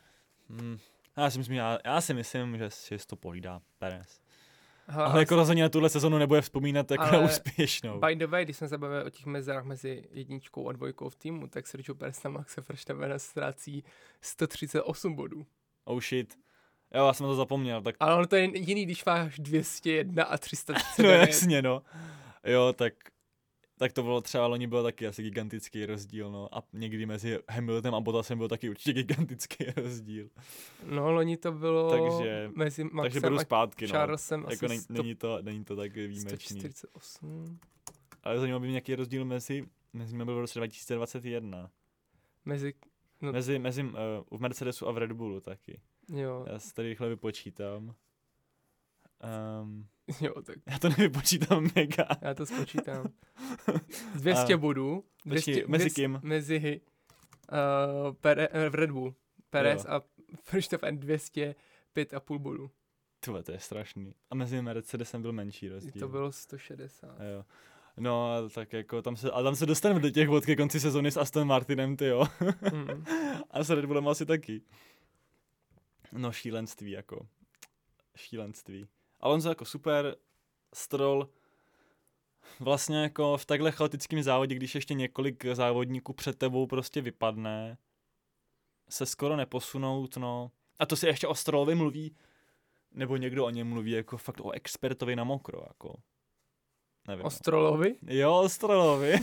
Já si myslím, že si to pohlídá Perez. Ale jako rozhodně na tuhle sezonu nebude vzpomínat jako na úspěšnou. By the way, když jsme se bavili o těch mezerách mezi 1 a 2 v týmu, tak Sergio Perez na Maxe Verstappena ztrácí 138 bodů. Oh shit. Jo, já jsem to zapomněl. Tak... Ale ono to je jiný, když máš 201 a 339. No jasně, no. Jo, tak to bylo třeba, loni byl taky asi gigantický rozdíl, no. A někdy mezi Hamiltonem a Bottasem byl taky určitě gigantický rozdíl. No, loni to bylo mezi Maxem a zpátky, Charlesem no. Jako není to tak výjimečný. 148. Ale zajímavý by nějaký rozdíl mezi nimi byl v roce 2021. V Mercedesu a v Red Bullu taky. Jo. Já si tady rychle vypočítám. Jo, tak. Já to nevypočítám mega. Já to spočítám. 200 bodů. Mezi kým? Mezi v Red Bull. Perez a Verstappen 205,5 bodů. To je strašný. A mezi Mercedesem byl menší rozdíl. To bylo 160. Jo. No, tak jako tam se dostaneme do těch vod ke konci sezony s Aston Martinem, ty jo. A s Red Bullem asi taky. No, šílenství jako. Šílenství. Alonso jako super, Stroll vlastně jako v takhle chaotickém závodě, když ještě několik závodníků před tebou prostě vypadne, se skoro neposunout, no. A to si ještě o Strollovi mluví, nebo někdo o něm mluví jako fakt o expertovi na mokro, jako. Nevím. O Strollovi? Jo, o Strollovi.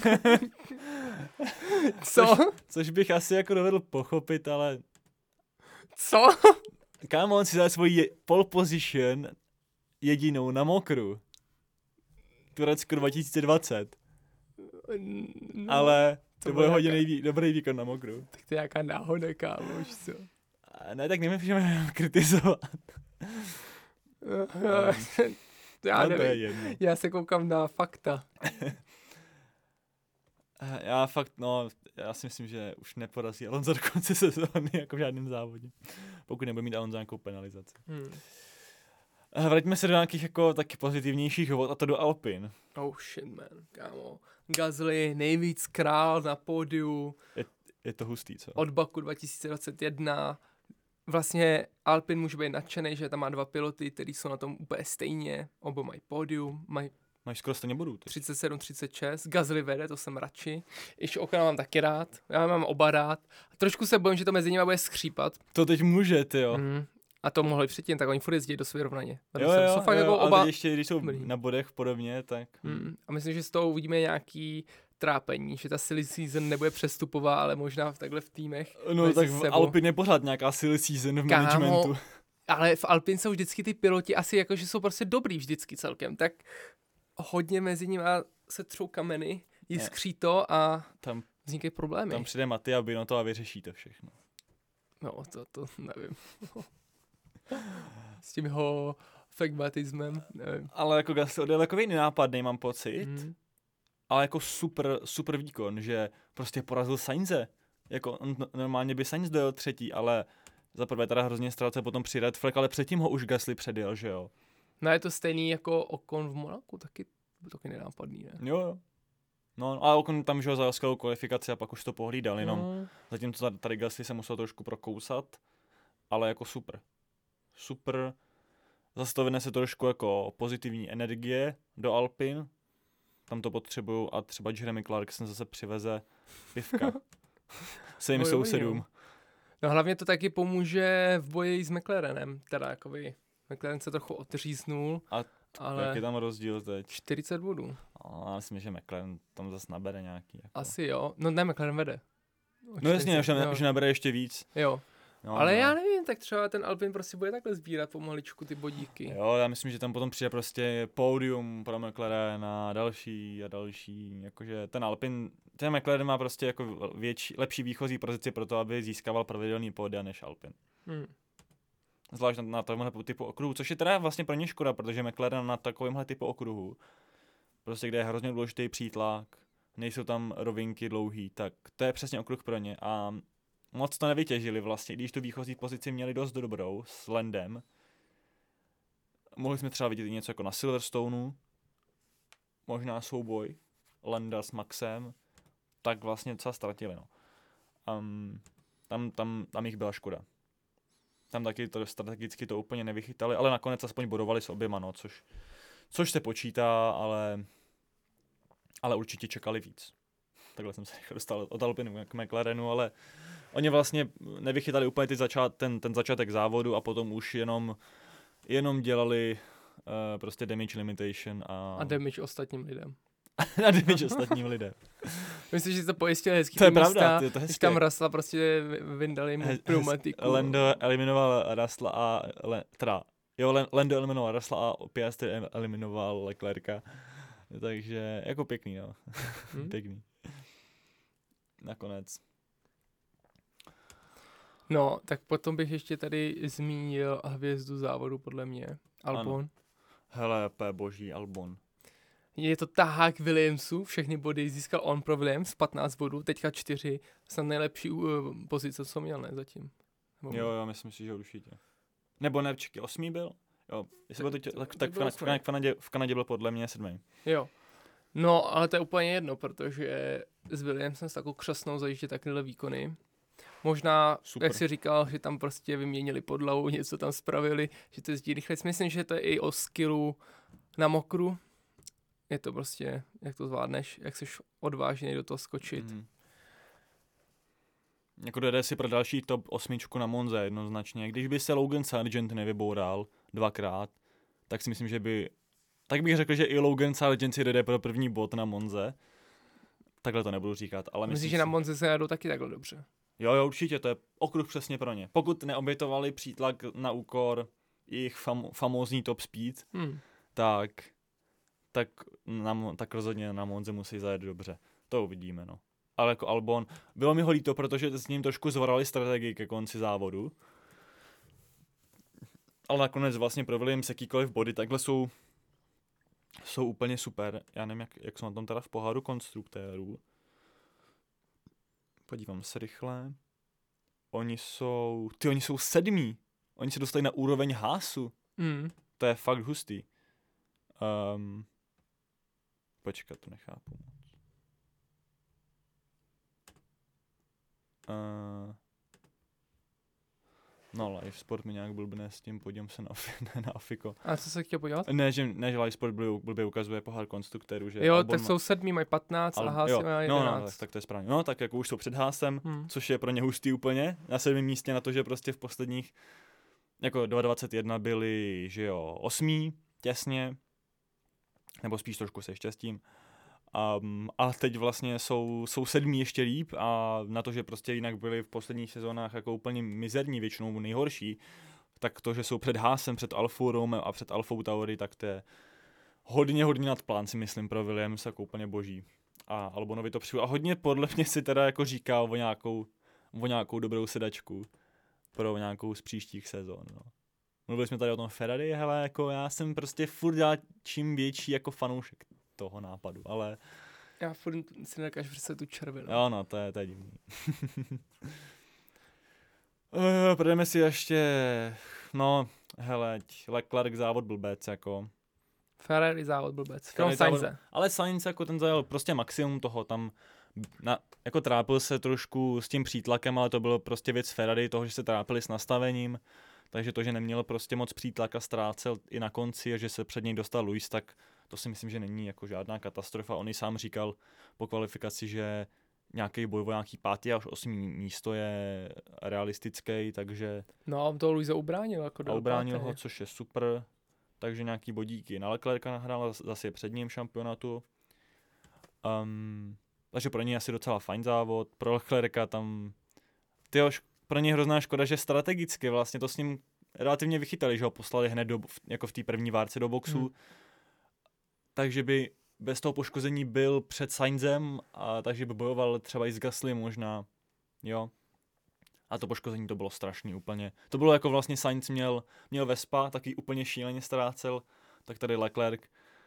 Co? Což bych asi jako dovedl pochopit, ale... Co? Kámo, on si dá svoji pole position jedinou na mokru. Turecko 2020. No, Ale to byl hodně nějaká... dobrý výkon na mokru. Tak to je nějaká náhoda, kámo, už co? Ne, tak nemůžeme kritizovat. Já No, to je nevím. jedno. Já se koukám na fakta. Já si myslím, že už neporazí Alonso do konce sezóny jako v žádném závodě. Pokud nebude mít Alonso nějakou penalizaci. Vraťme se do nějakých jako taky pozitivnějších vod, a to do Alpin. Oh shit, man, kámo. Gasly, nejvíc král na pódiu. Je to hustý, co? Od Baku 2021. Vlastně Alpin může být nadšený, že tam má 2 piloty, kteří jsou na tom úplně stejně. Oba mají pódium, mají Máš skoro stejně bodů. 37-36. Gasly vede, to jsem radši. Ještě Ocona mám taky rád. Já mám oba rád. Trošku se bojím, že to mezi nimi bude skřípat. To teď může, ty jo. A to mohli předtím, tak oni furt jezdí dost vyrovnaně. Jo, Jsou fakt jako oba... ale ještě když jsou dobrý. na bodech podobně, tak... A myslím, že z toho uvidíme nějaký trápení, že ta silly season nebude přestupová, ale možná takhle v týmech. No tak v Alpin je pořád nějaká silly season v managementu. Ale v Alpin jsou vždycky ty piloti asi jako, že jsou prostě dobrý vždycky celkem, tak hodně mezi nimi se třou kameny, jiskří to a tam vznikají problémy. Tam přijde Mattia Binotto a vyřeší to všechno. No, to nevím. S tím jeho flegmatismem, nevím. Ale jako Gasly odjel takový nenápadný, mám pocit. Ale jako super výkon, že prostě porazil Sainze. Jako normálně by Sainz dojel 3., ale za prvé teda hrozně ztrácel potom při Red Flag, ale předtím ho už Gasly předjel, že jo. No je to stejný jako Ocon v Monaku, taky nenápadný, ne? Jo. No a Ocon tam, že ho zajel skvělou kvalifikaci a pak už to pohlídal, jenom zatímco tady Gasly se musel trošku prokousat, ale jako super. Zase to vynese trošku jako pozitivní energie do Alpin. Tam to potřebuju a třeba Jeremy Clarkson zase přiveze pivka svým sousedům. No hlavně to taky pomůže v boji s McLarenem. Teda jakoby McLaren se trochu odříznul. Ale jak je tam rozdíl teď? 40 bodů. Já myslím, že McLaren tam zase nabere nějaký. Jako. Asi jo. No ne, McLaren vede. No jasně, že nabere ještě víc. Jo. No, ale já nevím, tak třeba ten Alpin prostě bude takhle sbírat pomaličku ty bodíky. Jo, já myslím, že tam potom přijde prostě pódium pro McLaren a další. Jakože ten McLaren má prostě jako lepší výchozí pozici pro to, aby získával pravidelný pódia než Alpin. Zvlášť na tomhle typu okruhu, což je teda vlastně pro ně škoda, protože McLaren na takovémhle typu okruhu, prostě kde je hrozně důležitý přítlak, nejsou tam rovinky dlouhý, tak to je přesně okruh pro ně a moc to nevytěžili vlastně, když tu výchozí pozici měli dost dobrou s Landem. Mohli jsme třeba vidět něco jako na Silverstoneu, možná souboj Landa s Maxem, tak vlastně docela ztratili, no. Tam jich byla škoda. Tam taky to strategicky to úplně nevychytali, ale nakonec aspoň bodovali s oběma, no, což se počítá, ale určitě čekali víc. Takhle jsem se dostal od Alpinu k McLarenu, ale oni vlastně nevychytali úplně ten začátek závodu a potom už jenom dělali prostě damage limitation a damage ostatním lidem. A damage ostatním lidem. Myslím, že to pojistil hezký. To je pravda, to je hezké. Když tam Russella prostě vyndali mu pneumatiku. Lando eliminoval Russella a Lando eliminoval Russella a Piastri eliminoval Leclerca. Takže jako pěkný, no. Pěkný. Nakonec. No, tak potom bych ještě tady zmínil hvězdu závodu podle mě. Albon. Ano. Hele, boží Albon. Je to tahák Williamsů, všechny body získal on pro Williams, 15 bodů, teďka 4, snad nejlepší pozice, co měl, ne, zatím. Jo, já myslím si, že určitě. Nebo ne, 8. byl? Jo, jestli byl teď, tak v Kanadě byl podle mě 7. Jo, No, ale to je úplně jedno, protože s Williamsem s takovou křesnou zajíždí takové výkony. Možná, Super. jak jsi říkal, že tam prostě vyměnili podlahu, něco tam spravili, že to jezdí rychle. Myslím, že to je i o skillu na mokru. Je to prostě, jak to zvládneš, jak jsi odvážný do toho skočit. Jako jde si pro další top 8 na Monze jednoznačně. Když by se Logan Sargent nevyboural 2krát, tak si myslím, že by... Tak bych řekl, že i Logan Sargent si jde pro první bod na Monze. Takhle to nebudu říkat, ale Myslíš, že na Monze se jadou taky takhle dobře? Jo, určitě, to je okruh přesně pro ně. Pokud neobětovali přítlak na úkor jejich famózní top speed, tak rozhodně na Monze musí zajet dobře. To uvidíme, no. Ale jako Albon, bylo mi ho líto, protože s ním trošku zvorali strategii ke konci závodu. Ale nakonec vlastně pro Williams jakýkoliv body takhle jsou úplně super. Já nevím, jak jsou na tom teda v poháru konstruktérů. Podívám se rychle. Oni jsou 7. Oni se dostali na úroveň Haasu. To je fakt hustý. Počkat, to nechápu moc. No, Live Sport mi nějak blbne s tím, podívám se na Afiko. A co se chtěl podívat? Ne, že Live Sport blbě ukazuje pohár konstruktérů, že jo, tak jsou 7, mají 15 a Haas má 11. No, tak to je správně. No, tak jako už jsou před Haasem, což je pro ně hustý úplně. Na 7. místě na to, že prostě v posledních jako 2021 byli, že jo, 8. těsně, nebo spíš trošku se štěstím. Ale teď vlastně jsou 7. ještě líp a na to, že prostě jinak byli v posledních sezónách jako úplně mizerní, většinou nejhorší, tak to, že jsou před Haasem, před Alfou Romeo a před Alfou Tauri, tak to je hodně nad plán, si myslím, pro Williams, jako úplně boží. A Albonovi to přijde. A hodně podle mě si teda jako říká o nějakou dobrou sedačku pro nějakou z příštích sezon. No. Mluvili jsme tady o tom Ferrari, hele, jako já jsem prostě furt dělal čím větší jako fanoušek toho nápadu, ale... Já furt si nedokážu představit tu červenou. Jo, no, to je divný. Půjdeme si ještě... No, hele, Leclerc závod blbec, jako... Ferrari závod blbec. Sainze. Ale Sainz jako ten zajel prostě maximum toho tam... jako trápil se trošku s tím přítlakem, ale to bylo prostě věc Ferrari, toho, že se trápili s nastavením. Takže to, že neměl prostě moc přítlak a ztrácel i na konci a že se před něj dostal Lewis, tak to si myslím, že není jako žádná katastrofa. On i sám říkal po kvalifikaci, že nějaký boj o nějaký 5. až 8. místo je realistický, takže... No, on toho Luisa ubránil. Jako ubránil ho, což je super. Takže nějaký bodíky na Leclerca nahrál, zase je před ním šampionatu. Takže pro něj asi docela fajn závod. Pro Leclerca tam... Pro něj hrozná škoda, že strategicky vlastně to s ním relativně vychytali, že ho poslali hned jako v té první várce do boxu. Takže by bez toho poškození byl před Sainzem, a takže by bojoval třeba i s Gasly možná, jo. A to poškození to bylo strašný úplně. To bylo jako vlastně Sainz měl Vespa, taky úplně šíleně ztrácel, tak tady Leclerc,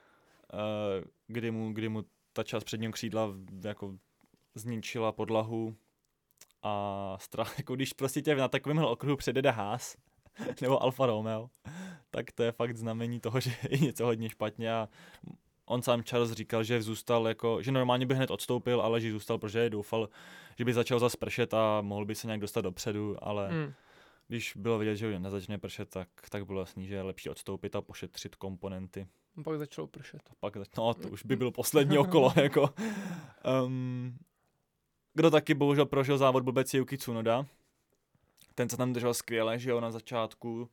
kdy mu ta část předního křídla jako zničila podlahu a jako když prostě tě na takovémhle okruhu předjede Haas nebo Alfa Romeo, tak to je fakt znamení toho, že je něco hodně špatně a on sám Charles říkal, že zůstal jako, že normálně by hned odstoupil, ale že zůstal, protože doufal, že by začal zase pršet a mohl by se nějak dostat dopředu, ale když bylo vidět, že nezačne pršet, tak bylo jasný, že je lepší odstoupit a pošetřit komponenty. Pak začalo pršet. No to už by bylo poslední okolo, jako. Kdo taky bohužel prožil závod blbec je Yuki Tsunoda. Ten se tam držel skvěle, že jo, na začátku.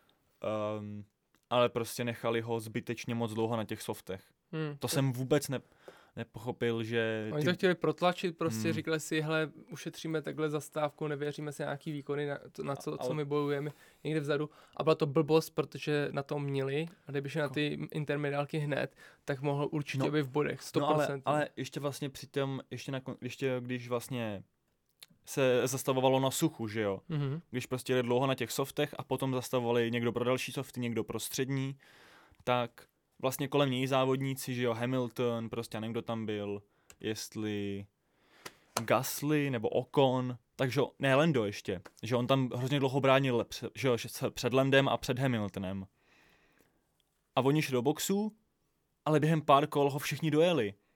Ale prostě nechali ho zbytečně moc dlouho na těch softech. To jsem vůbec nepochopil, že... Oni to chtěli protlačit, prostě říkali si, hele, ušetříme takhle zastávku, nevěříme se nějaký výkony, co my bojujeme někde vzadu. A byla to blbost, protože na tom měli, a kdyby šli na ty intermediálky hned, tak mohl určitě být v bodech, 100%. No ale ještě vlastně přitom, když vlastně se zastavovalo na suchu, že jo? Když prostě jeli dlouho na těch softech a potom zastavovali někdo pro další softy, někdo pro střední, tak vlastně kolem něj závodníci, že jo, Hamilton, prostě nevím, kdo tam byl, jestli Gasly nebo Ocon, takže ne, Lando ještě, že on tam hrozně dlouho bránil, že jo, před Landem a před Hamiltonem. A oni šli do boxu, ale během pár kol ho všichni dojeli.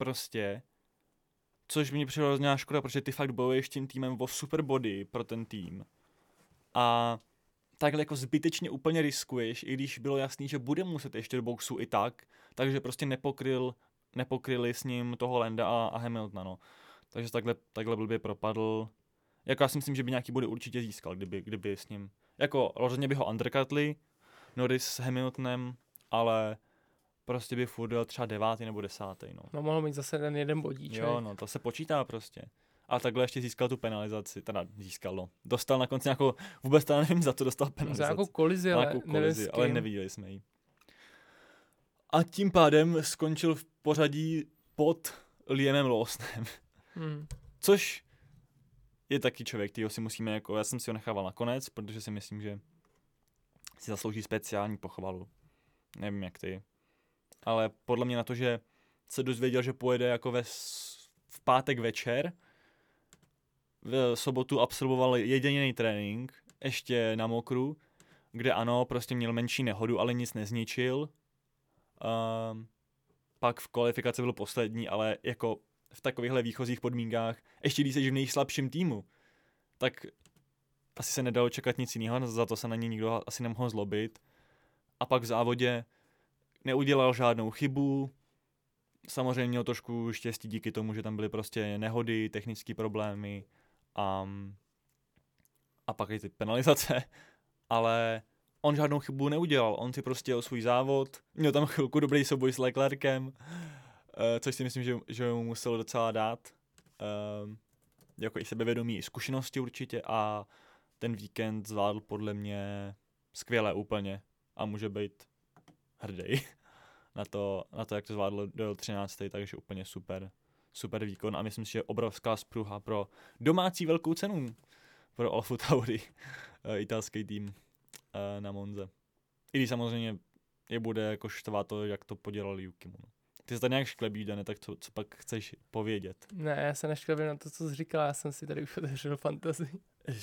prostě, což mě přišlo hrozná škoda, protože ty fakt bojuješ tím týmem o super body pro ten tým. A takhle jako zbytečně úplně riskuješ, i když bylo jasný, že bude muset ještě do boxu i tak, takže prostě nepokryli s ním toho Landa a Hamiltona, no. Takže takhle blbě propadl. Jako já si myslím, že by nějaký body určitě získal, kdyby s ním. Jako rozhodně by ho undercutli, Norris s Hamiltonem, ale prostě by furt dal třeba 9. nebo 10. no. No mohl mít zase ten jeden bodíček. Jo, no, to se počítá prostě. A takhle ještě získal tu penalizaci, teda získal, no. Dostal na konci nějakou, vůbec teda nevím, za co dostal penalizaci. Za nějakou kolizi, ale neviděli jsme ji. A tím pádem skončil v pořadí pod Liamem Lawsonem. Což je taky člověk, kterýho si musíme, jako, já jsem si ho nechával nakonec, protože si myslím, že si zaslouží speciální pochvalu. Nevím jak ty. Ale podle mě na to, že se dozvěděl, že pojede jako v pátek večer, v sobotu absolvoval jediný trénink, ještě na mokru, kde ano, prostě měl menší nehodu, ale nic nezničil. Pak v kvalifikaci byl poslední, ale jako v takovýchhle výchozích podmínkách, ještě když jsi v nejslabším týmu, tak asi se nedalo čekat nic jiného, za to se na něj nikdo asi nemohl zlobit. A pak v závodě neudělal žádnou chybu, samozřejmě měl trošku štěstí díky tomu, že tam byly prostě nehody, technické problémy a pak i ty penalizace, ale on žádnou chybu neudělal, on si prostě jel svůj závod, měl tam chvilku dobrý souboj s Leclerkem, což si myslím, že mu muselo docela dát, jako i sebevědomí, i zkušenosti určitě a ten víkend zvládl podle mě skvěle úplně a může být hrdý na to, jak to zvládl do 13. takže úplně super výkon a myslím si, že obrovská spruha pro domácí velkou cenu pro Alfa Tauri, italský tým na Monze. I když samozřejmě je bude jako štvát to, jak to podělal Yukimu. No. Ty se tady nějak šklebí, Dane, tak co pak chceš povědět? Ne, já se nešklebím na to, co jsi říkal, já jsem si tady už otevřel fantazii.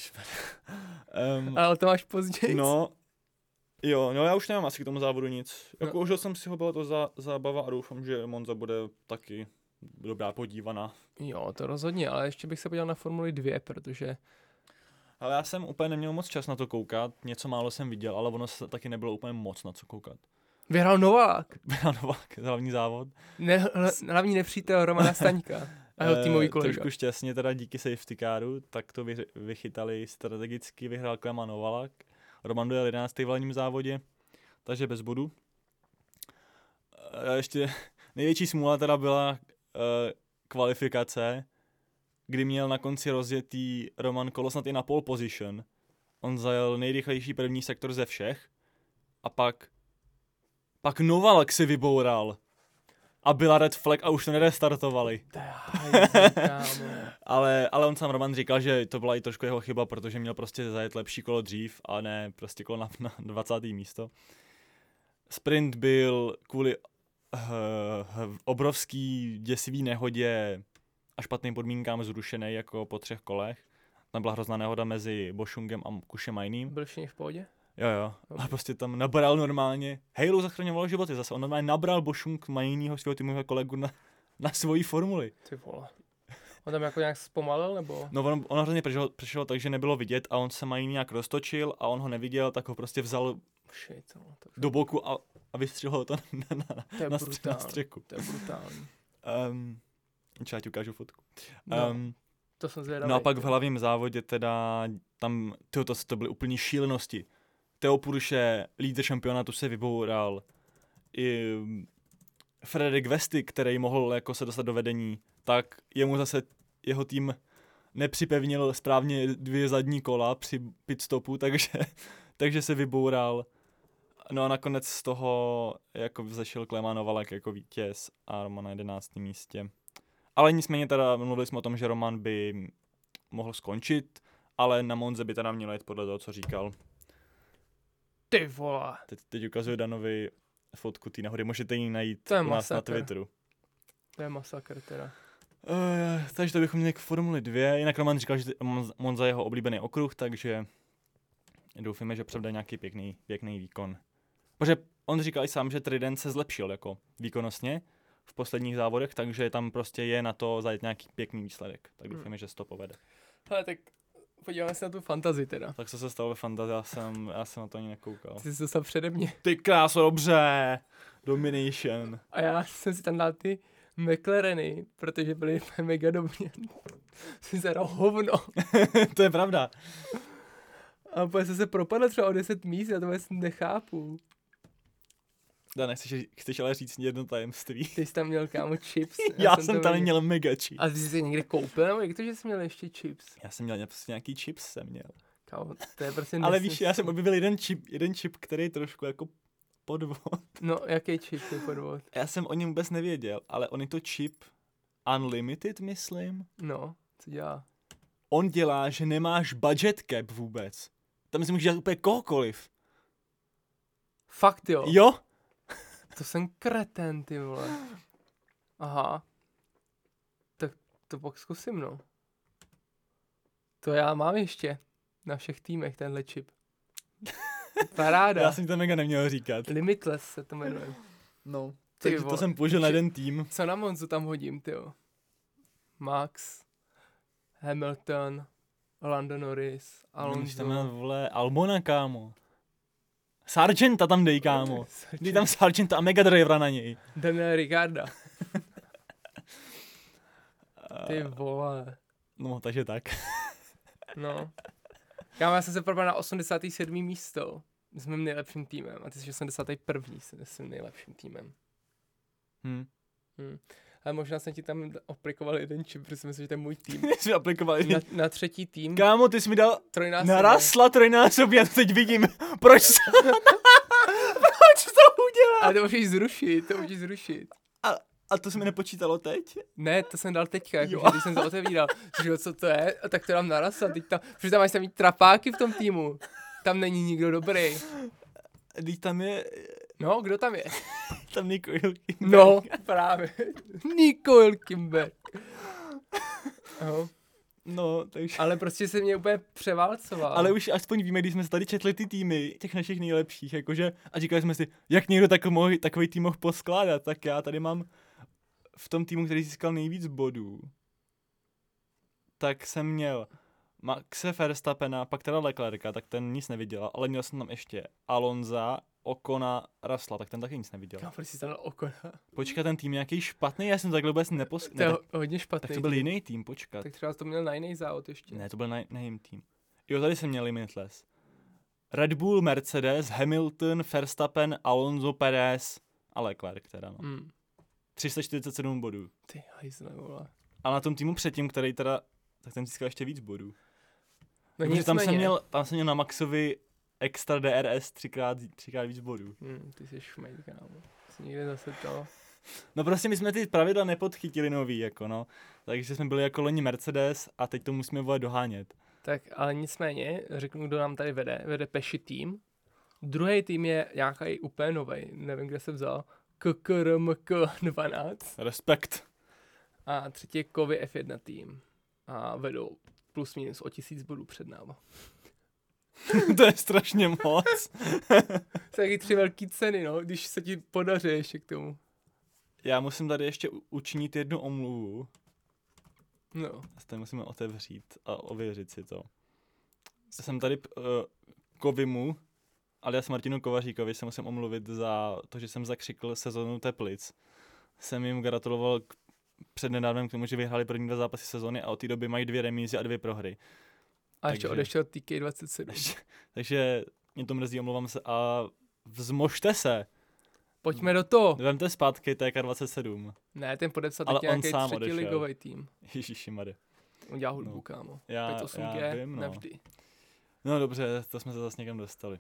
Ale to máš později. No, já už nemám asi k tomu závodu nic. Jako užil jsem si ho, byla to zábava a doufám, že Monza bude taky dobrá podívaná. Jo, to rozhodně, ale ještě bych se podíval na Formuli 2, protože... Ale já jsem úplně neměl moc čas na to koukat, něco málo jsem viděl, ale ono taky nebylo úplně moc na co koukat. Vyhrál Novák, hlavní závod. Hlavní nepřítel Romana Staňka a jeho týmový kolega. Trošku šťastně teda díky safety caru, tak to vychytali strategicky, vyhrál Kleman Novalak. Roman dojel 11. v hlavním závodě, takže bez bodu. Ještě největší smůla teda byla kvalifikace, kdy měl na konci rozjetý Roman kolo snad i na pole position. On zajel nejrychlejší první sektor ze všech a pak Novalak si vyboural a byla red flag a už to nerestartovali. ale on sám Roman říkal, že to byla i trošku jeho chyba, protože měl prostě zajet lepší kolo dřív a ne prostě kolo na 20. místo. Sprint byl kvůli obrovský děsivý nehodě a špatným podmínkám zrušený jako po 3 kolech. Tam byla hrozná nehoda mezi Bošungem a Kušem Majným. Byl všichni v pohodě? Jo. A prostě tam nabral normálně. Halo zachraňovalo životy zase. On normálně nabral Bošung Majnýho svého týmového kolegu na svoji formuli. Ty vole. On tam jako nějak zpomalil, nebo? No on hrozně přešel tak, že nebylo vidět a on se Majný nějak roztočil a on ho neviděl, tak ho prostě vzal do boku a vystřelil to na střechu. To je brutální. Já ti ukážu fotku. To jsem zvědavý. No a pak v hlavním závodě teda tam, to byly úplně šílenosti. Teo Purše, lídr šampionátu, se vyboural. I Frederik Vesty, který mohl jako se dostat do vedení, tak jemu zase jeho tým nepřipevnil správně 2 zadní kola při pitstopu, takže se vyboural. No a nakonec z toho jako vzešel Kleman Novalak jako vítěz a Roman na 11. místě. Ale nicméně teda mluvili jsme o tom, že Roman by mohl skončit, ale na Monze by teda měl jít podle toho, co říkal. Ty vole. Teď ukazuje Danovi fotku té nahody, můžete ji najít u nás na Twitteru. To je masakr teda. Takže to bychom měli k Formuli 2, jinak Roman říkal, že Monza je jeho oblíbený okruh, takže doufíme, že převede nějaký pěkný výkon. Protože on říkal i sám, že Trident se zlepšil jako výkonnostně, v posledních závodech, takže tam prostě je na to zajet nějaký pěkný výsledek. Tak doufáme, že se to povede. Hele, tak podíváme se na tu fantazii teda. Tak co se stalo ve fantazii, já jsem na to ani nekoukal. Ty jsi to dostal přede mě. Ty kráso, dobře. Domination. A já jsem si tam dal ty McLareny, protože byly mega dobrý. Jsem se dal hovno. To je pravda. A úplně jsem se propadl třeba o 10 míst, já to vůbec nechápu. Chceš ale říct jedno tajemství. Ty jsi tam měl, kámo, chips. Já jsem tam měl mega chips. A ty jsi se někde koupil, nebo jak to, že jsi měl ještě chips? Já jsem měl prostě nějaký chips, jsem měl. Kámo, to je prostě ale víš, já jsem objevil jeden chip, který je trošku jako podvod. No, jaký chip je podvod? Já jsem o něm vůbec nevěděl, ale on je to chip Unlimited, myslím. No, co dělá? On dělá, že nemáš budget cap vůbec. Tam si můžeš dělat úplně kohokoliv. Fakt jo? Jo? To jsem kreten, ty vole. Aha. Tak to pak zkusím, no. To já mám ještě na všech týmech tenhle čip. Paráda. Já jsem to mega neměl říkat. Limitless se to jmenuje. No. Takže to jsem použil na jeden tým. Co na Monzu tam hodím, tyjo? Max, Hamilton, Lando Norris, Alonso. Tam vole, Albona, kámo. Sargenta tam dej, kámo. Dej tam Sargenta a Mega Drivera na něj. Daniel Ricciarda. Ty vole. No, takže tak. No. Já jsem se propadl na 87. místo s mým nejlepším týmem. A ty jsi 81. s mým nejlepším týmem. Ale možná jsem ti tam aplikoval jeden čip, protože si myslím, že to je můj tým. Jsi aplikoval jeden. Na třetí tým. Kámo, ty jsi mi dal trojnásobně. Na Russella trojnásobně, já to teď vidím. Proč to udělal? Ale to můžeš zrušit, A to se mi nepočítalo teď? Ne, to jsem dal teďka, jakože, když jsem to otevíral. Že co to je? A tak to dám na Russella. Protože tam máš tam mít trapáky v tom týmu. Tam není nikdo dobrý. Když tam je... No, kdo tam je? Tam Nico Hülkenberg. No, právě. Nico Hülkenberg. No, takže... Ale prostě se mě úplně převálcoval. Ale už aspoň víme, když jsme tady četli ty týmy, těch našich nejlepších, jakože, a říkali jsme si, jak někdo takový tým mohl poskládat, tak já tady mám v tom týmu, který získal nejvíc bodů, tak jsem měl Maxe Verstappena, pak teda Leclerca, tak ten nic nevydělal, ale měl jsem tam ještě Alonza, Ocona, Russella, tak ten taky nic neviděl. Já prostě jsem Ocona. Počkat, ten tým nějaký špatný, já jsem takhle vůbec To je hodně špatný. Tak to byl jiný tým, počkat. Tak třeba to měl na jiný závod ještě. Ne, to byl na jiný tým. Jo, tady jsem měl Limitless. Red Bull, Mercedes, Hamilton, Verstappen, Alonso, Perez a Leclerc teda, no. 347 bodů. Ty hajzle, vole. A na tom týmu předtím, který teda, tak ten získal ještě víc bodů. No Takže tam jsem měl na Maxovi extra DRS třikrát víc bodů. Ty jsi šmejd, kámo. Jsi někde zase to. No prostě my jsme ty pravidla nepodchytili nový, jako no. Takže jsme byli jako loni Mercedes a teď to musíme volet dohánět. Tak ale nicméně, řeknu, kdo nám tady vede. Vede Peši tým. Druhý tým je nějaký úplně novej, nevím, kde se vzal. KKRMK 12. Respekt. A třetí je Kovy F1 tým. A vedou plus minus o 1000 bodů před náma. To je strašně moc. Jsou taky 3 velký ceny, no, když se ti podaří ještě k tomu. Já musím tady ještě učinit jednu omluvu. No. To musíme otevřít a ověřit si to. Já jsem tady Kovimu, alias Martinu Kovaříkovi, se musím omluvit za to, že jsem zakřikl sezonu Teplic. Jsem jim gratuloval přednedávnem k tomu, že vyhráli první 2 zápasy sezony a od té doby mají 2 remízy a 2 prohry. A ještě odešel TK27. Takže mě to mrzí, omlouvám se a vzmožte se. Pojďme do toho. Vemte zpátky TK27. Ne, ten podepsal teď nějaký třetí ligový tým. Ježišimade. On dělá hudbu, kámo. Já 5-8G, vím, no. navždy. No dobře, to jsme se zase někam dostali.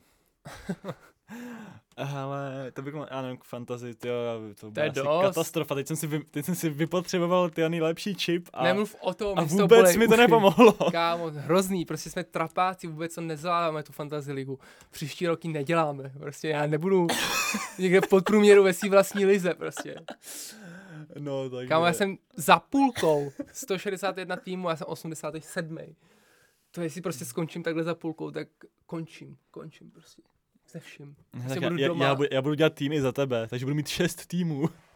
Ale to bych já nevím, k fantasy, to je dost. Katastrofa, teď jsem si vypotřeboval ty nejlepší čip a, nemluv o tom, a vůbec mi to nepomohlo. Kámo, hrozný, prostě jsme trapáci, vůbec to nezvládáme tu fantasy ligu. Příští roky neděláme, prostě já nebudu někde pod průměru ve svý vlastní lize, prostě. No, takže... Kámo, já jsem za půlkou 161 týmů, já jsem 87. To jestli prostě skončím takhle za půlkou, tak končím prostě. Se vším. Já budu dělat týmy za tebe, takže budu mít 6 týmů.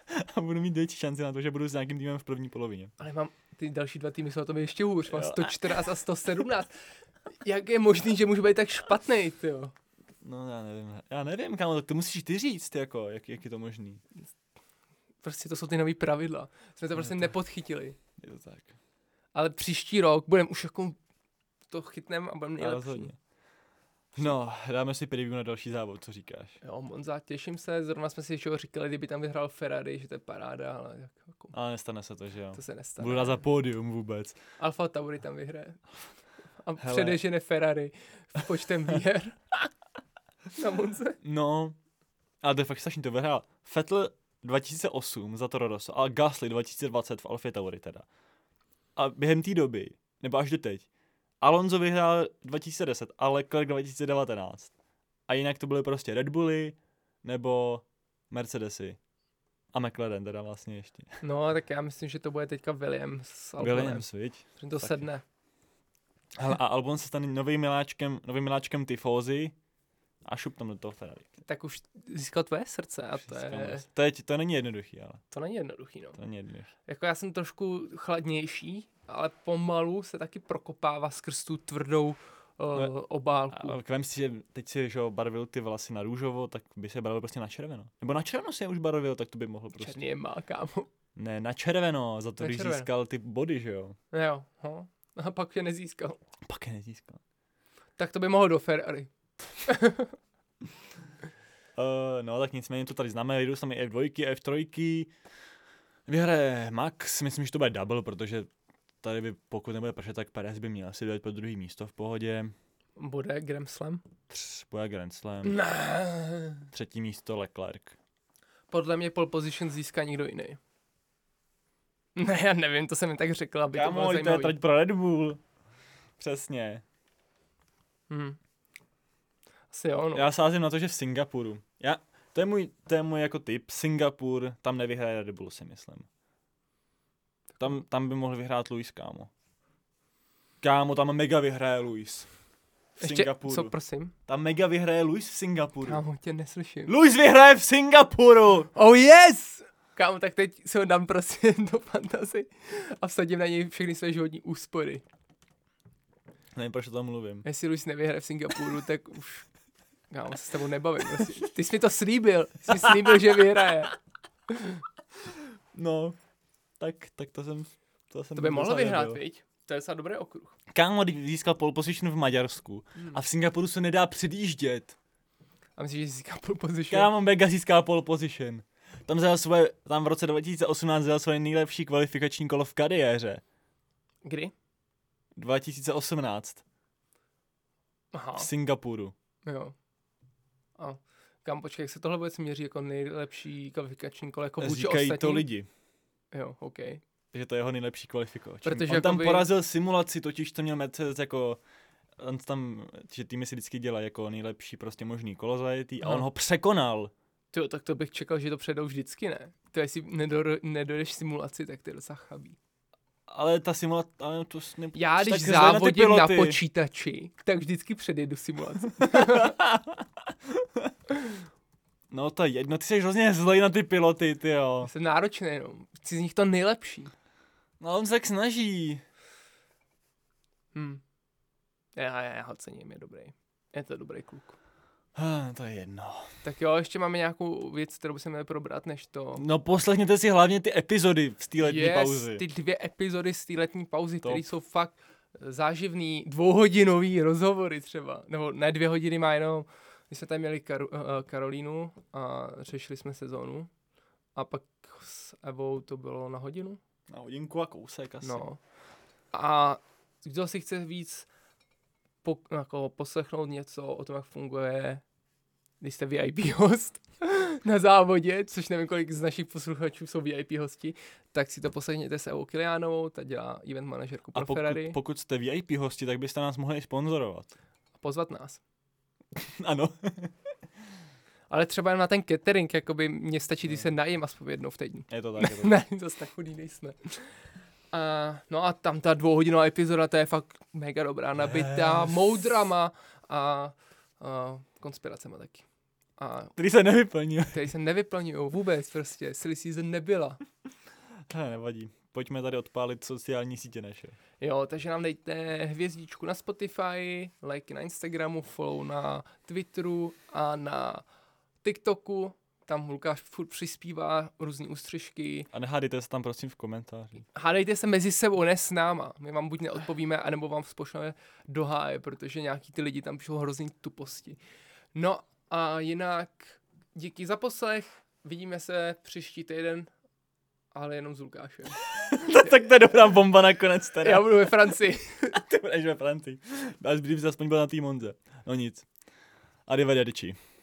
a budu mít větší šanci na to, že budu s nějakým týmem v první polovině. Ale mám ty další 2 týmy jsou na tom ještě hůř, mám 114 a 117. Jak je možný, že můžu být tak špatnej, tyjo? No já nevím, kámo, tak to musíš ty říct, jako, jak je to možný. Prostě to jsou ty nový pravidla. Jsme to prostě nepodchytili. Je to tak. Ale příští rok budeme už jako to chytneme a budeme nejlepší. No, dáme si preview na další závod, co říkáš? Jo, Monza, těším se, zrovna jsme si ještě říkali, kdyby tam vyhrál Ferrari, že to je paráda, ale jako... Ale nestane se to, že jo? To se nestane. Budu rád za pódium vůbec. Alfa Tauri tam vyhraje. A předežene Ferrari v počtem výher. Na Monze. No, ale to je fakt strašný, to vyhrál Vettel 2008 za Toro Rosso a Gasly 2020 v Alfě Tauri teda. A během té doby, nebo až do teď, Alonso vyhrál 2010 a Leclerc 2019. A jinak to byly prostě Red Bully nebo Mercedesy. A McLaren teda vlastně ještě. No, tak já myslím, že to bude teďka Williams s Albonem. Williams, viď? Že to sedne. Hele, a Albon se stane novým miláčkem Tifozy a šup tam do toho Ferrari. Tak už získal tvoje srdce a to je... To není jednoduchý, ale. To není jednoduchý, no. To není jednoduchý. Jako já jsem trošku chladnější, ale pomalu se taky prokopává skrz tu tvrdou obálku. Ale vem si, že teď si barvil ty vlasy na růžovo, tak by se barvil prostě na červeno. Nebo na červeno si je už barvil, tak to by mohlo prostě. Černý je má, kámo. Ne, na červeno, za to, když získal ty body, že jo. Jo, a pak je nezískal. Tak to by mohlo do Ferrari. No, tak nicméně to tady známe, jdou sami F2, F3, vyhraje Max, myslím, že to bude double, protože tady by, pokud nebude pršet, tak Perez by měl asi dojít po druhé místo v pohodě. Bude Grand Slam? Bude Grand Slam. Ne. Třetí místo Leclerc. Podle mě pole position získá někdo jiný. Ne, já nevím, to jsem mi tak řekl, aby to bylo zajímavý. To je trať pro Red Bull. Přesně. Asi jo, no. Já sázím na to, že v Singapuru. To je můj jako tip. Singapur, tam nevyhraje Red Bull, si myslím. Tam by mohl vyhrát Lewis, kámo. Kámo, tam mega vyhraje Lewis. V Singapuru. Co, prosím? Tam mega vyhraje Lewis v Singapuru. Kámo, tě neslyším. Lewis vyhraje v Singapuru! Oh yes! Kámo, tak teď se ho dám prostě do fantasy a vsadím na něj všechny své životní úspory. Nevím, proč o tom mluvím. Jestli Lewis nevyhraje v Singapuru, tak už... Kámo, se s tebou nebavím. Prostě. Ty jsi mi to slíbil. Jsi mi slíbil, že vyhraje. No, tak to jsem... To by mohl vyhrát, viď? To je docela dobrý okruh. Kámo, získal pole position v Maďarsku a v Singapuru se nedá předjíždět. A myslíš, že získal pole position? Kámo, mega získal pole position. Tam v roce 2018 dělal svoje nejlepší kvalifikační kolo v kariéře. Kdy? 2018. Aha. V Singapuru. Jo. A kam počkej, jak se tohle vůbec měří jako nejlepší kvalifikační kolo jako vůči ostatním? Říkají to lidi. Jo, OK. Takže to je jeho nejlepší kvalifikační. Protože on tam porazil simulaci, totiž to měl Mercedes jako... On tam, že týmy si vždycky dělají jako nejlepší prostě možný kolo zajetý a on ho překonal. Jo, tak to bych čekal, že to předou vždycky, ne? To jestli nedojdeš simulaci, tak to je docela chabý. Ale ta simulace... Já když závodím na počítači, tak vždycky předjedu simulaci. No to je jedno, ty jsi hrozně zlej na ty piloty, tyjo. Jsem náročný, no. Chci z nich to nejlepší. No on se tak snaží. Já ho cením, je dobrý. Je to dobrý kluk. To je jedno. Tak jo, ještě máme nějakou věc, kterou bychom měli probrat, než to... No poslechněte si hlavně ty epizody z té letní pauzy. Ty 2 epizody z té letní pauzy, které jsou fakt záživný, 2hodinový rozhovory třeba. Nebo ne 2 hodiny má jenom... My jsme tady měli Karolínu a řešili jsme sezónu. A pak s Evou to bylo na hodinu. Na hodinku a kousek asi. No. A kdo si chce víc poslechnout něco o tom, jak funguje, když jste VIP host na závodě, což nevím, kolik z našich posluchačů jsou VIP hosti, tak si to poslechněte s Evou Kiliánovou, ta dělá event manažerku pro Ferrari. Pokud jste VIP hosti, tak byste nás mohli sponzorovat. A pozvat nás. Ano. Ale třeba na ten catering, jakoby mě stačí, když se najím aspoň jednou v týdnu. Je to tak. Ne, zase tak chudý nejsme. No a tam ta 2hodinová epizoda, ta je fakt mega dobrá, nabitá moudrama a konspiracema taky. A Který se nevyplnil. který se nevyplňují vůbec, prostě silly season nebyla. Nevadí. Pojďme tady odpálit sociální sítě naše. Jo, takže nám dejte hvězdičku na Spotify, like na Instagramu, follow na Twitteru a na TikToku. Tam Lukáš furt přispívá různý ústřižky. A nehádejte se tam prosím v komentáři. Hádejte se mezi sebou, ne s náma. My vám buď neodpovíme, anebo vám spošleme do háje, protože nějaký ty lidi tam píšou hrozný tuposti. No a jinak díky za poslech. Vidíme se příští týden, ale jenom s Lukášem. Tak to je dobrá bomba nakonec teda. Já budu ve Francii. Ty budeš ve Francii. Až kdyby aspoň byl na té Monze. No nic. Arrivederci.